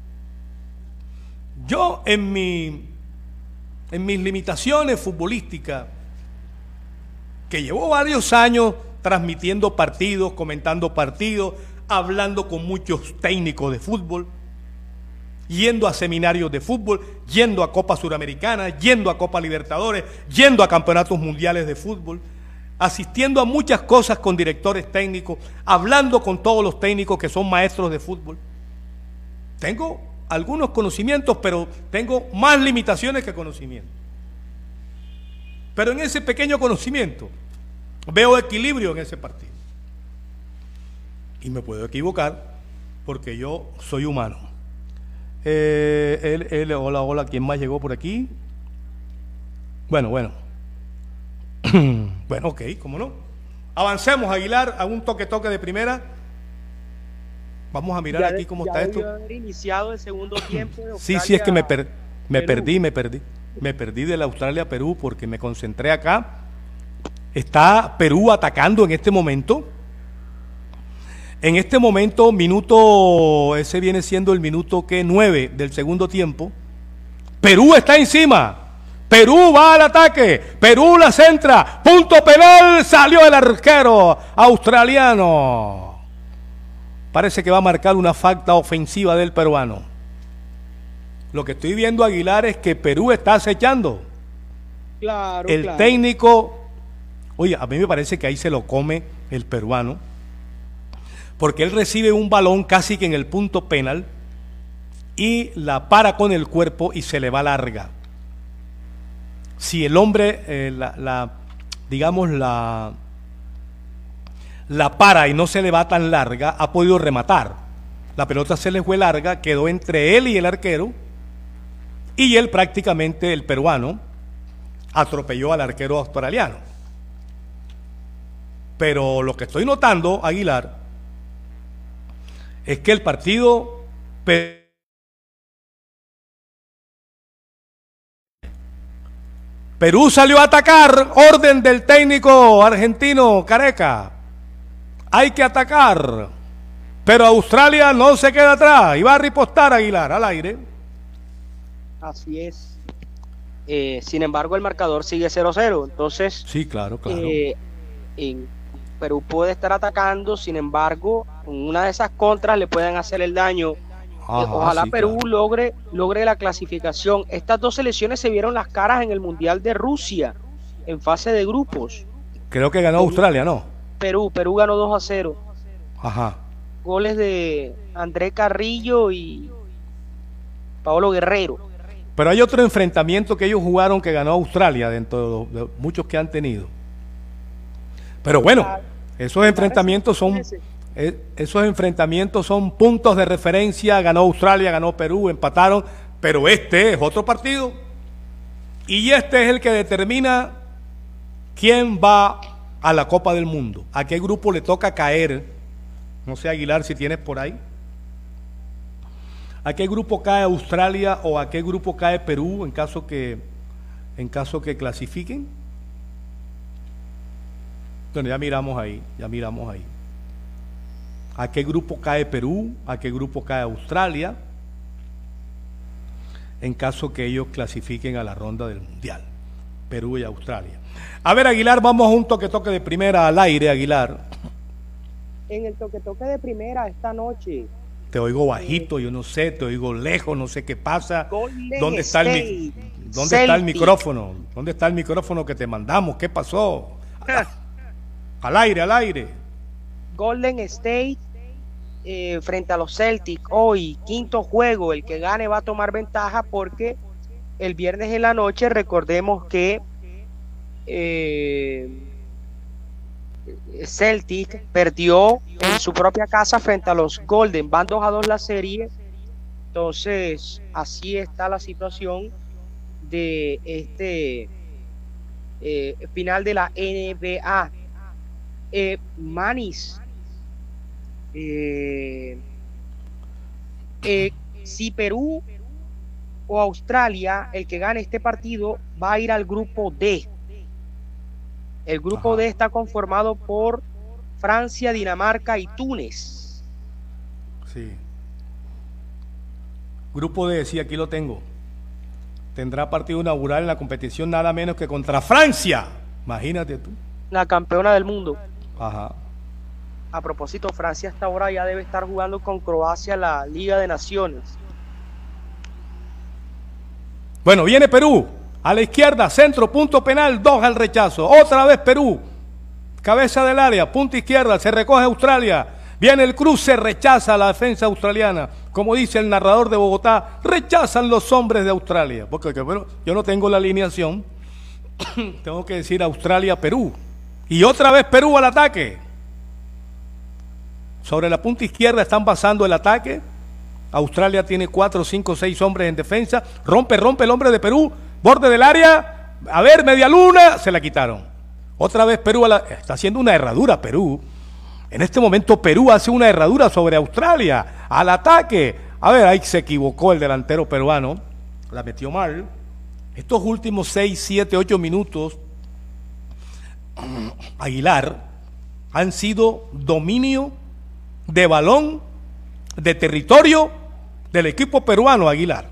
Yo en mi, en mis limitaciones futbolísticas, que llevo varios años transmitiendo partidos, comentando partidos, hablando con muchos técnicos de fútbol, yendo a seminarios de fútbol, yendo a Copa Suramericana, yendo a Copa Libertadores, yendo a campeonatos mundiales de fútbol, asistiendo a muchas cosas con directores técnicos, hablando con todos los técnicos que son maestros de fútbol. Tengo algunos conocimientos, pero tengo más limitaciones que conocimientos. Pero en ese pequeño conocimiento veo equilibrio en ese partido. Y me puedo equivocar porque yo soy humano. Eh, él, él, hola, hola, ¿quién más llegó por aquí? Bueno, bueno. Bueno, ok, ¿cómo no? Avancemos, Aguilar, a un toque-toque de primera. Vamos a mirar ya aquí de, cómo ya está esto. haber iniciado el segundo tiempo de Sí, sí, es que me, per, me Perú. perdí, me perdí. Me perdí del Australia-Perú porque me concentré acá. Está Perú atacando en este momento. En este momento, minuto, ese viene siendo el minuto que nueve del segundo tiempo. Perú está encima. Perú va al ataque. Perú la centra. Punto penal. Salió el arquero australiano. Parece que va a marcar una falta ofensiva del peruano. Lo que estoy viendo, Aguilar, es que Perú está acechando. Claro, El claro. técnico, oye, a mí me parece que ahí se lo come el peruano, porque él recibe un balón casi que en el punto penal y la para con el cuerpo y se le va larga. Si el hombre, eh, la, la, digamos, la, la para y no se le va tan larga, ha podido rematar. La pelota se le fue larga, quedó entre él y el arquero, y él prácticamente, el peruano, atropelló al arquero australiano. Pero lo que estoy notando, Aguilar, es que el partido Perú salió a atacar, orden del técnico argentino Careca. Hay que atacar, pero Australia no se queda atrás y va a ripostar, Aguilar, al aire. Así es. Eh, sin embargo, el marcador sigue cero cero. Entonces, sí, claro, claro. Eh, en Perú puede estar atacando, sin embargo, con una de esas contras le pueden hacer el daño. Ajá, eh, ojalá sí, Perú claro. logre, logre la clasificación. Estas dos selecciones se vieron las caras en el Mundial de Rusia, en fase de grupos. Creo que ganó Australia, ¿no? Perú, Perú ganó dos a cero. Ajá. Goles de André Carrillo y Paolo Guerrero. Pero hay otro enfrentamiento que ellos jugaron que ganó Australia dentro de, los, de muchos que han tenido. Pero bueno, esos enfrentamientos son eh, esos enfrentamientos son puntos de referencia. Ganó Australia, ganó Perú, empataron, pero este es otro partido y este es el que determina quién va a la Copa del Mundo, a qué grupo le toca caer. No sé, Aguilar, si tienes por ahí. ¿A qué grupo cae Australia o a qué grupo cae Perú en caso que, en caso que clasifiquen? Bueno, ya miramos ahí, ya miramos ahí. ¿A qué grupo cae Perú? ¿A qué grupo cae Australia? En caso que ellos clasifiquen a la ronda del Mundial. Perú y Australia. A ver, Aguilar, vamos a un toque-toque de primera al aire, Aguilar. En el toque-toque de primera esta noche. Te oigo bajito, yo no sé, te oigo lejos, no sé qué pasa. Golden ¿Dónde está el State. ¿Dónde está el Celtic. micrófono? ¿Dónde está el micrófono que te mandamos? ¿Qué pasó? Al aire, al aire. Golden State eh, frente a los Celtics hoy, quinto juego, el que gane va a tomar ventaja porque el viernes en la noche recordemos que eh, Celtic perdió en su propia casa frente a los Golden, van dos a dos la serie, entonces así está la situación de este eh, final de la N B A. Eh, Manis, eh, eh, si Perú o Australia, el que gane este partido va a ir al grupo D. El grupo Ajá. D está conformado por Francia, Dinamarca y Túnez. Sí. Grupo D, sí, aquí lo tengo. Tendrá partido inaugural en la competición nada menos que contra Francia. Imagínate tú. La campeona del mundo. Ajá. A propósito, Francia hasta ahora ya debe estar jugando con Croacia la Liga de Naciones. Bueno, viene Perú. A la izquierda, centro, punto penal, dos al rechazo. Otra vez Perú. Cabeza del área, punta izquierda, se recoge Australia. Viene el cruce, rechaza la defensa australiana. Como dice el narrador de Bogotá, rechazan los hombres de Australia. Porque bueno, yo no tengo la alineación. Tengo que decir Australia-Perú. Y otra vez Perú al ataque. Sobre la punta izquierda están pasando el ataque. Australia tiene cuatro, cinco, seis hombres en defensa. Rompe, rompe el hombre de Perú. Borde del área. A ver, media luna. Se la quitaron. Otra vez Perú a la... está haciendo una herradura Perú. En este momento Perú hace una herradura sobre Australia. Al ataque. A ver, ahí se equivocó el delantero peruano. La metió mal. Estos últimos seis, siete, ocho minutos, Aguilar, han sido dominio de balón, de territorio del equipo peruano, Aguilar.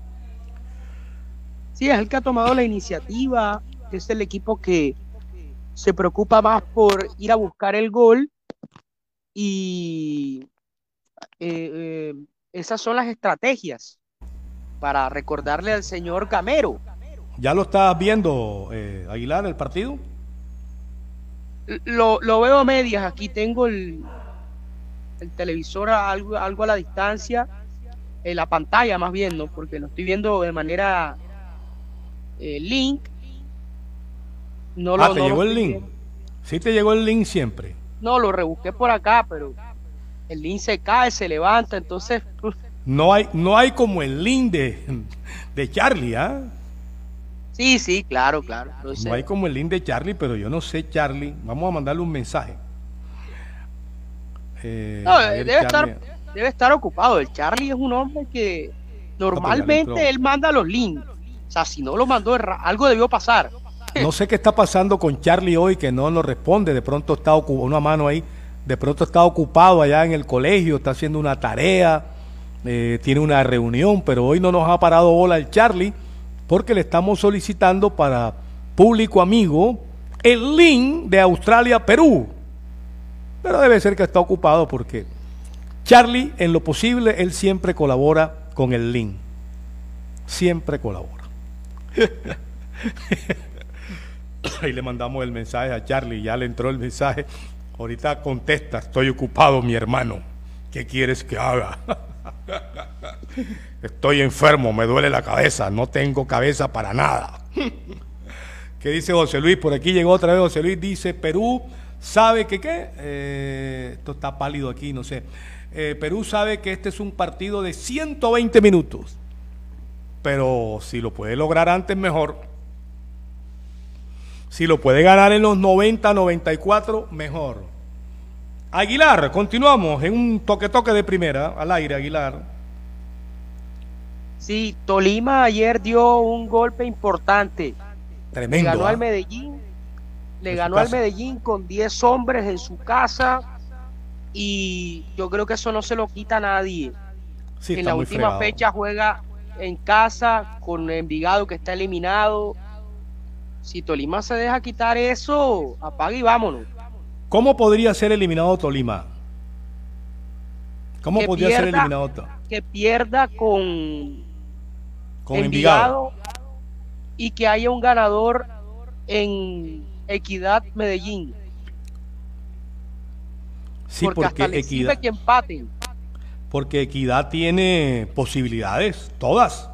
Sí, es el que ha tomado la iniciativa, es el equipo que se preocupa más por ir a buscar el gol y eh, eh, esas son las estrategias para recordarle al señor Gamero. ¿Ya lo estás viendo, eh, Aguilar, el partido? Lo, lo veo a medias, aquí tengo el, el televisor a algo, algo a la distancia, en la pantalla más bien, ¿no? Porque lo estoy viendo de manera eh, link. No lo, ah, ¿te no llegó lo el estoy link? viendo. Sí te llegó el link siempre. No, lo rebusqué por acá, pero el link se cae, se levanta, entonces... uf. No hay, no hay como el link de, de Charlie, ¿ah? Sí, sí, claro, claro. Entonces, No hay como el link de Charlie, pero yo no sé, Charlie. Vamos a mandarle un mensaje. Eh, no, a ver, debe, Charlie. estar, debe estar ocupado. El Charlie es un hombre que normalmente entró. él manda los links. O sea, si no lo mandó, algo debió pasar. No sé qué está pasando con Charlie hoy, que no nos responde. De pronto está ocupado, una mano ahí. De pronto está ocupado allá en el colegio, está haciendo una tarea, eh, tiene una reunión, pero hoy no nos ha parado bola el Charlie, porque le estamos solicitando para público amigo el link de Australia-Perú. Pero debe ser que está ocupado porque Charlie, en lo posible, él siempre colabora con el link. Siempre colabora. Ahí le mandamos el mensaje a Charlie, ya le entró el mensaje. Ahorita contesta, estoy ocupado, mi hermano. ¿Qué quieres que haga? Estoy enfermo, me duele la cabeza, no tengo cabeza para nada. ¿Qué dice José Luis? Por aquí llegó otra vez José Luis, dice, Perú sabe que qué, eh, esto está pálido aquí, no sé. Eh, Perú sabe que este es un partido de ciento veinte minutos, pero si lo puede lograr antes, mejor. Si lo puede ganar en los noventa, noventa y cuatro, mejor. Aguilar, continuamos en un toque-toque de primera, al aire, Aguilar. Sí, Tolima ayer dio un golpe importante. Tremendo. Le ganó ¿eh? al Medellín, le En su ganó al casa. Medellín con diez hombres en su casa y yo creo que eso no se lo quita a nadie. Sí, En está la muy última fregado. fecha juega en casa con Envigado que está eliminado. Si Tolima se deja quitar eso, apaga y vámonos. ¿Cómo podría ser eliminado Tolima? ¿Cómo Que podría ser pierda- eliminado To- Que pierda con con Envigado? Envigado y que haya un ganador en Equidad Medellín. Sí, porque, porque hasta le Equidad, sirve que empaten. porque Equidad tiene posibilidades, todas.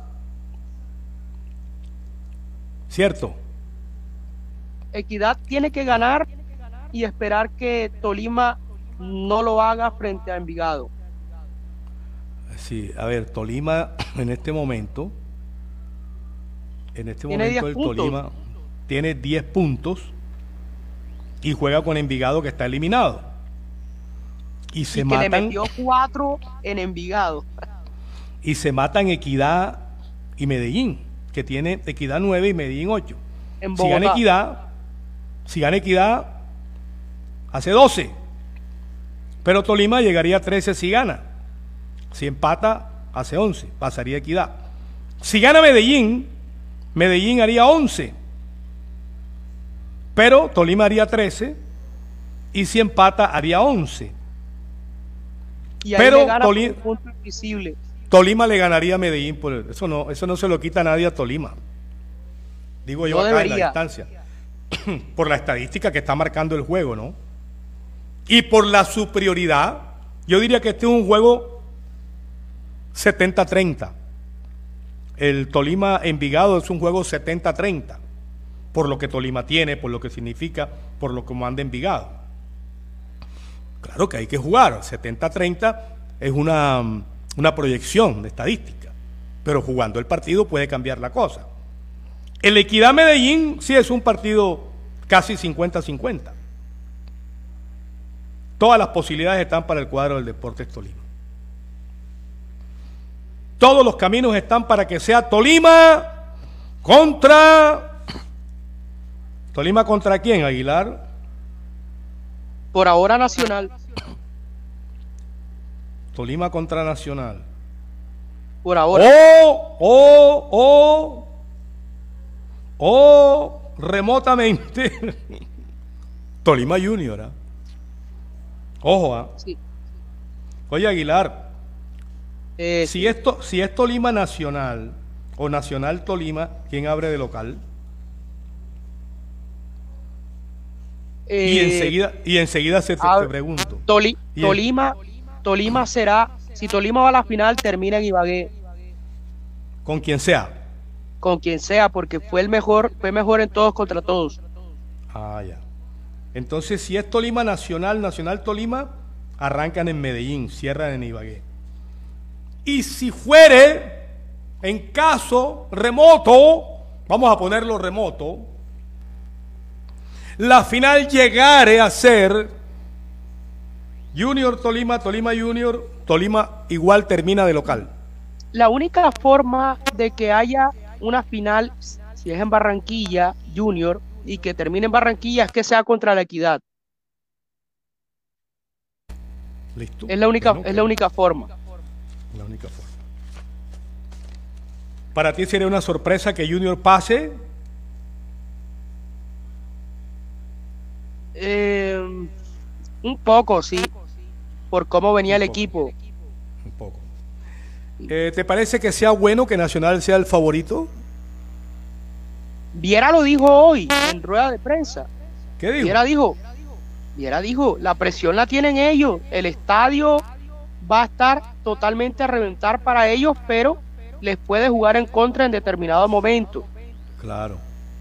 ¿Cierto? Equidad tiene que ganar y esperar que Tolima no lo haga frente a Envigado. Sí, a ver, Tolima en este momento, en este Tiene momento diez el puntos. Tolima tiene diez puntos y juega con Envigado, que está eliminado. Y se y que matan, le metió cuatro en Envigado. y se matan Equidad y Medellín, que tiene Equidad nueve y Medellín ocho. En Si gana Bogotá. Equidad, si gana Equidad, hace doce. Pero Tolima llegaría a trece si gana. Si empata, hace once. Pasaría Equidad. Si gana Medellín, Medellín haría once. Pero Tolima haría trece. Y si empata, haría once. Y ahí Pero le gana Toli- por un punto invisible. Tolima le ganaría a Medellín. Por el- eso, no, eso no se lo quita a nadie a Tolima. Digo yo No acá en la debería. distancia. Por la estadística que está marcando el juego, ¿no? Y por la superioridad, yo diría que este es un juego setenta treinta. El Tolima Envigado es un juego setenta treinta, por lo que Tolima tiene, por lo que significa, por lo que manda Envigado. Claro que hay que jugar, setenta treinta es una, una proyección de estadística, pero jugando el partido puede cambiar la cosa. El Equidad Medellín sí es un partido casi cincuenta cincuenta. Todas las posibilidades están para el cuadro del Deportes Tolima. Todos los caminos están para que sea Tolima contra... ¿Tolima contra quién, Aguilar? Por ahora Nacional. Tolima contra Nacional. Por ahora. O, o, o, o remotamente Tolima Junior. ¿eh? Ojo, ¿ah? Sí. Oye, Aguilar, Eh, si esto, si es Tolima Nacional o Nacional Tolima, ¿quién abre de local? y eh, enseguida, y enseguida se, se- a- te pregunto. Toli- Y en- Tolima, Tolima será, si Tolima va a la final, termina en Ibagué, con quien sea. con quien sea, porque fue el mejor, fue mejor en todos contra todos. Ah, ya. Entonces, si es Tolima Nacional, Nacional Tolima, arrancan en Medellín, cierran en Ibagué. Y si fuere, en caso remoto, vamos a ponerlo remoto, la final llegare a ser Junior Tolima, Tolima Junior, Tolima igual termina de local. La única forma de que haya una final, si es en Barranquilla, Junior, y que termine en Barranquilla, es que sea contra la Equidad. Listo. Es la única, Bueno, es la única forma. la única forma. Para ti sería una sorpresa que Junior pase. Eh, un poco, sí, por cómo venía Un el poco. equipo. Un poco. Eh, ¿Te parece que sea bueno que Nacional sea el favorito? Viera lo dijo hoy en rueda de prensa. ¿Qué digo? Viera dijo, Viera dijo, la presión la tienen ellos, el estadio va a estar totalmente a reventar para ellos, pero les puede jugar en contra en determinado momento. Claro.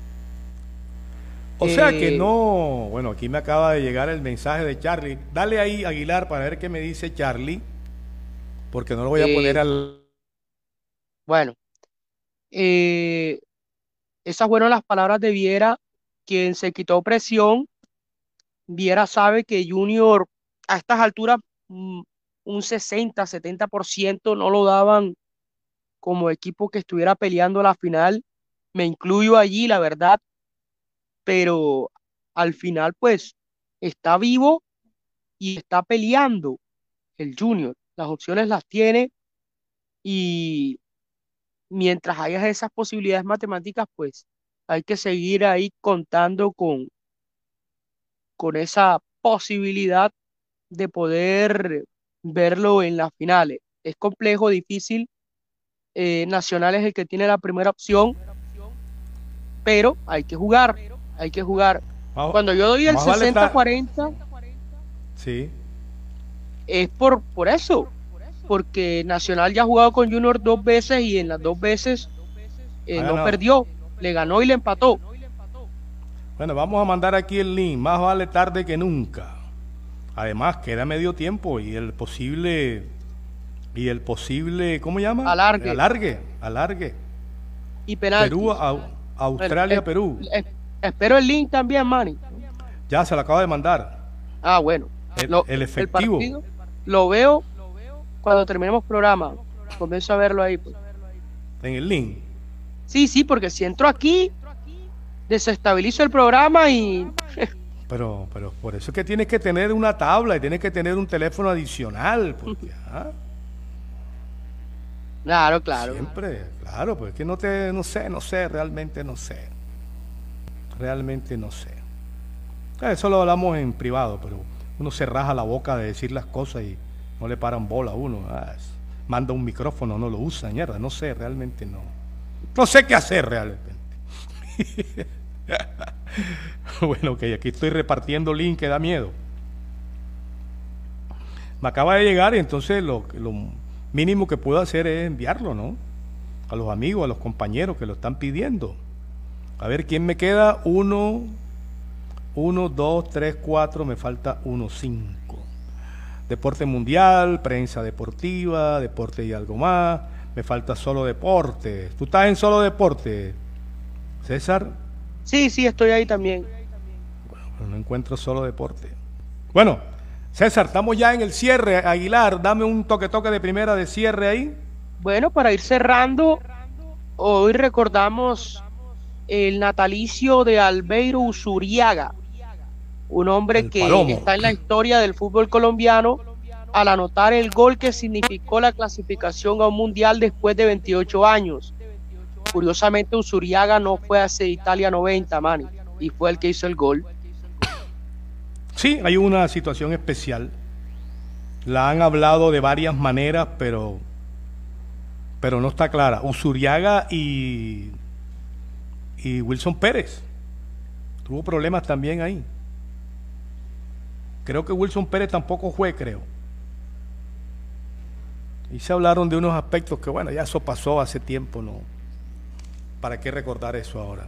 O sea que Eh, no, bueno, aquí me acaba de llegar el mensaje de Charlie. Dale ahí, Aguilar, para ver qué me dice Charlie, porque no lo voy a Eh, poner al... Bueno, eh, esas fueron las palabras de Viera, quien se quitó presión. Viera sabe que Junior a estas alturas mm, un sesenta, setenta por ciento no lo daban como equipo que estuviera peleando la final. Me incluyo allí, la verdad, pero al final pues está vivo y está peleando el Junior. Las opciones las tiene y mientras haya esas posibilidades matemáticas, pues hay que seguir ahí contando con, con esa posibilidad de poder verlo en las finales. Es complejo, difícil. Eh, Nacional es el que tiene la primera opción pero hay que jugar, hay que jugar. Más- Cuando yo doy el más vale sesenta estar- cuarenta, Sí. es por, por eso, porque Nacional ya ha jugado con Junior dos veces y en las dos veces eh, Ha no ganado. perdió, le ganó y le empató. Bueno, vamos a mandar aquí el link. Más vale tarde que nunca. Además, queda medio tiempo y el posible. Y el posible. ¿Cómo llama? Alargue. Alargue. Alargue. Y penalti. Perú, a- Australia, Eh, eh, Perú. eh, espero el link también, Manny. Ya se lo acaba de mandar. Ah, bueno. El- Lo- el efectivo. partido lo veo cuando terminemos programa. Comienzo a verlo ahí. Pues. En el link. Sí, sí, porque si entro aquí, desestabilizo el programa y... Pero, pero por eso es que tienes que tener una tabla y tienes que tener un teléfono adicional. Porque, ah, Claro, claro. siempre, claro, pues es que no te, no sé, no sé, realmente no sé. Realmente no sé. Eso lo hablamos en privado, pero uno se raja la boca de decir las cosas y no le paran bola a uno. Ah, es- manda un micrófono, no lo usa, mierda, no sé, realmente no. No sé qué hacer realmente. Bueno, ok, aquí estoy repartiendo link que da miedo. Me acaba de llegar y entonces lo, lo mínimo que puedo hacer es enviarlo, ¿no? A los amigos, a los compañeros que lo están pidiendo. A ver, ¿quién me queda? Uno, uno, dos, tres, cuatro, me falta uno, cinco. Deporte mundial, prensa deportiva, deporte y algo más. Me falta solo deporte. ¿Tú estás en solo deporte, César? Sí, sí, estoy ahí también. Pero no encuentro solo deporte. Bueno, César, estamos ya en el cierre. Aguilar, dame un toque toque de primera de cierre ahí. Bueno, para ir cerrando, hoy recordamos el natalicio de Albeiro Usuriaga, un hombre El que Palomo. está en la historia del fútbol colombiano al anotar el gol que significó la clasificación a un mundial después de veintiocho años. Curiosamente, Usuriaga no fue hacia Italia noventa, Manny, y fue el que hizo el gol. Sí, hay una situación especial. La han hablado de varias maneras, pero, pero no está clara. Usuriaga y, y Wilson Pérez. Tuvo problemas también ahí. Creo que Wilson Pérez tampoco fue, creo. Y se hablaron de unos aspectos que, bueno, ya eso pasó hace tiempo, ¿no? ¿Para qué recordar eso ahora?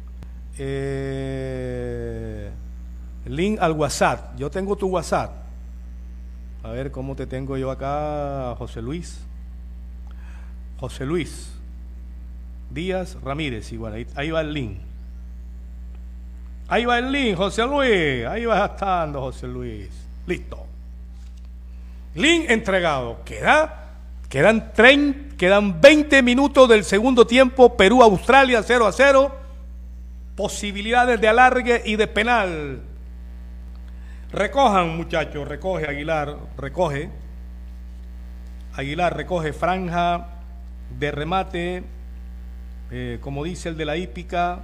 Eh, link al WhatsApp. Yo tengo tu WhatsApp. A ver cómo te tengo yo acá, José Luis. José Luis Díaz Ramírez. Y bueno, ahí, ahí va el link. Ahí va el link, José Luis. Ahí va estando, José Luis. Listo. Link entregado. Queda, quedan, treinta, quedan veinte minutos del segundo tiempo. Perú-Australia cero a cero. Posibilidades de alargue y de penal. Recojan, muchachos. Recoge Aguilar. Recoge. Aguilar recoge franja de remate. Eh, como dice el de la hípica.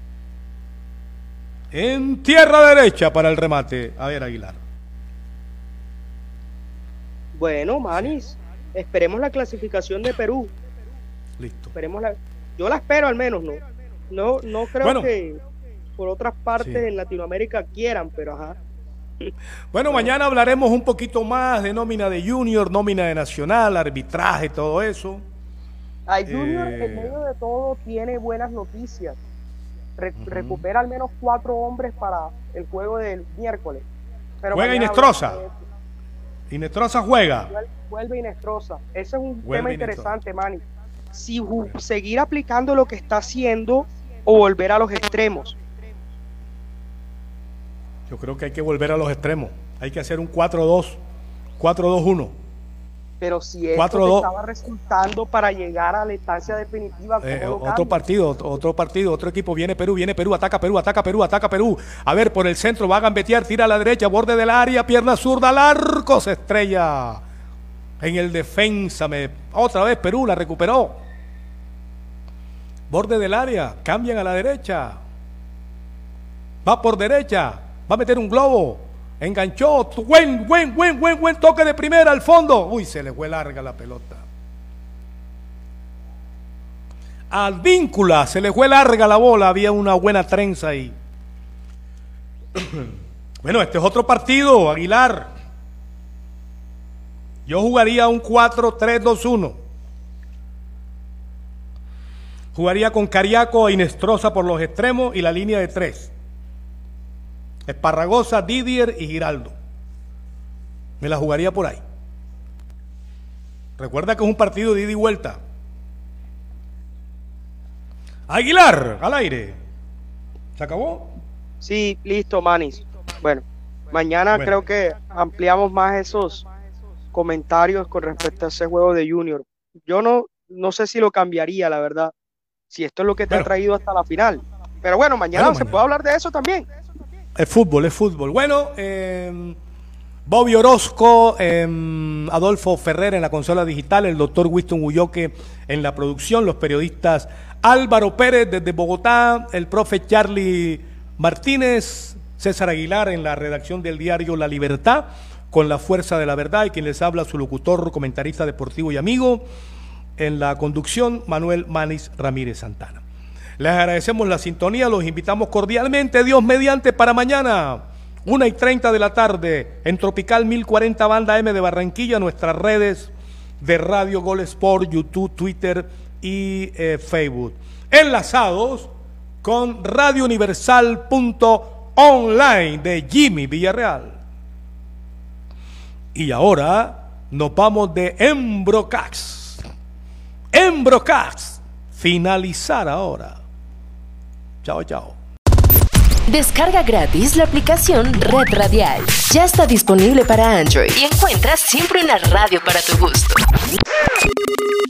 En tierra derecha para el remate. A ver, Aguilar. Bueno, Manis, esperemos la clasificación de Perú. Listo. Esperemos la... Yo la espero al menos, ¿no? No, no creo Bueno. que por otras partes Sí. en Latinoamérica quieran, pero ajá. Bueno, mañana hablaremos un poquito más de nómina de Junior, nómina de Nacional, arbitraje, todo eso. Ay, Junior, Eh. en medio de todo, tiene buenas noticias. Re- Ujú. Recupera al menos cuatro hombres para el juego del miércoles. Pero Juega mañana Inestrosa. hablamos de eso. Inestrosa juega. Vuel- Vuelve Inestrosa. Ese es un Vuelve tema Inestrosa. interesante, Manny. Si ju- seguir aplicando lo que está haciendo o volver a los extremos. Yo creo que hay que volver a los extremos. Hay que hacer un cuatro dos, cuatro dos uno. Pero si esto cuatro te dos. estaba resultando para llegar a la instancia definitiva, ¿cómo Eh, lo otro cambias? partido, otro, otro partido, otro equipo. Viene Perú, viene Perú, ataca Perú, ataca Perú, ataca Perú. A ver, por el centro va a gambetear, tira a la derecha, borde del área, pierna zurda, al arco, se estrella. En el defensa, me, otra vez Perú la recuperó. Borde del área, cambian a la derecha. Va por derecha, va a meter un globo. Enganchó, buen, buen, buen, buen, buen toque de primera al fondo. Uy, se le fue larga la pelota. Advíncula, se le fue larga la bola, había una buena trenza ahí. Bueno, este es otro partido, Aguilar. Yo jugaría un cuatro tres dos uno. Jugaría con Cariaco e Inestrosa por los extremos y la línea de tres. Esparragosa, Didier y Giraldo. Me la jugaría por ahí. Recuerda que es un partido de ida y vuelta. Aguilar, al aire. ¿Se acabó? Sí, listo, Manis. Bueno, mañana bueno. creo que ampliamos más esos comentarios con respecto a ese juego de Junior. Yo no, no sé si lo cambiaría, la verdad, si esto es lo que te bueno. ha traído hasta la final. Pero bueno, mañana bueno, se mañana. puede hablar de eso también. Es fútbol, es fútbol. Bueno, eh, Bobby Orozco, eh, Adolfo Ferrer en la consola digital, el doctor Winston Ulloque en la producción, los periodistas Álvaro Pérez desde Bogotá, el profe Charlie Martínez, César Aguilar en la redacción del diario La Libertad, con la fuerza de la verdad, y quien les habla, su locutor, comentarista deportivo y amigo, en la conducción, Manuel Manis Ramírez Santana. Les agradecemos la sintonía, los invitamos cordialmente, Dios mediante, para mañana, una y treinta de la tarde, en Tropical mil cuarenta Banda M de Barranquilla, nuestras redes de Radio Gol Sport, YouTube, Twitter y eh, Facebook. Enlazados con Radio Universal punto online de Jimmy Villarreal. Y ahora nos vamos de Embrocax. Embrocax. Finalizar ahora. Chao, chao. Descarga gratis la aplicación Red Radial. Ya está disponible para Android y encuentras siempre una radio para tu gusto.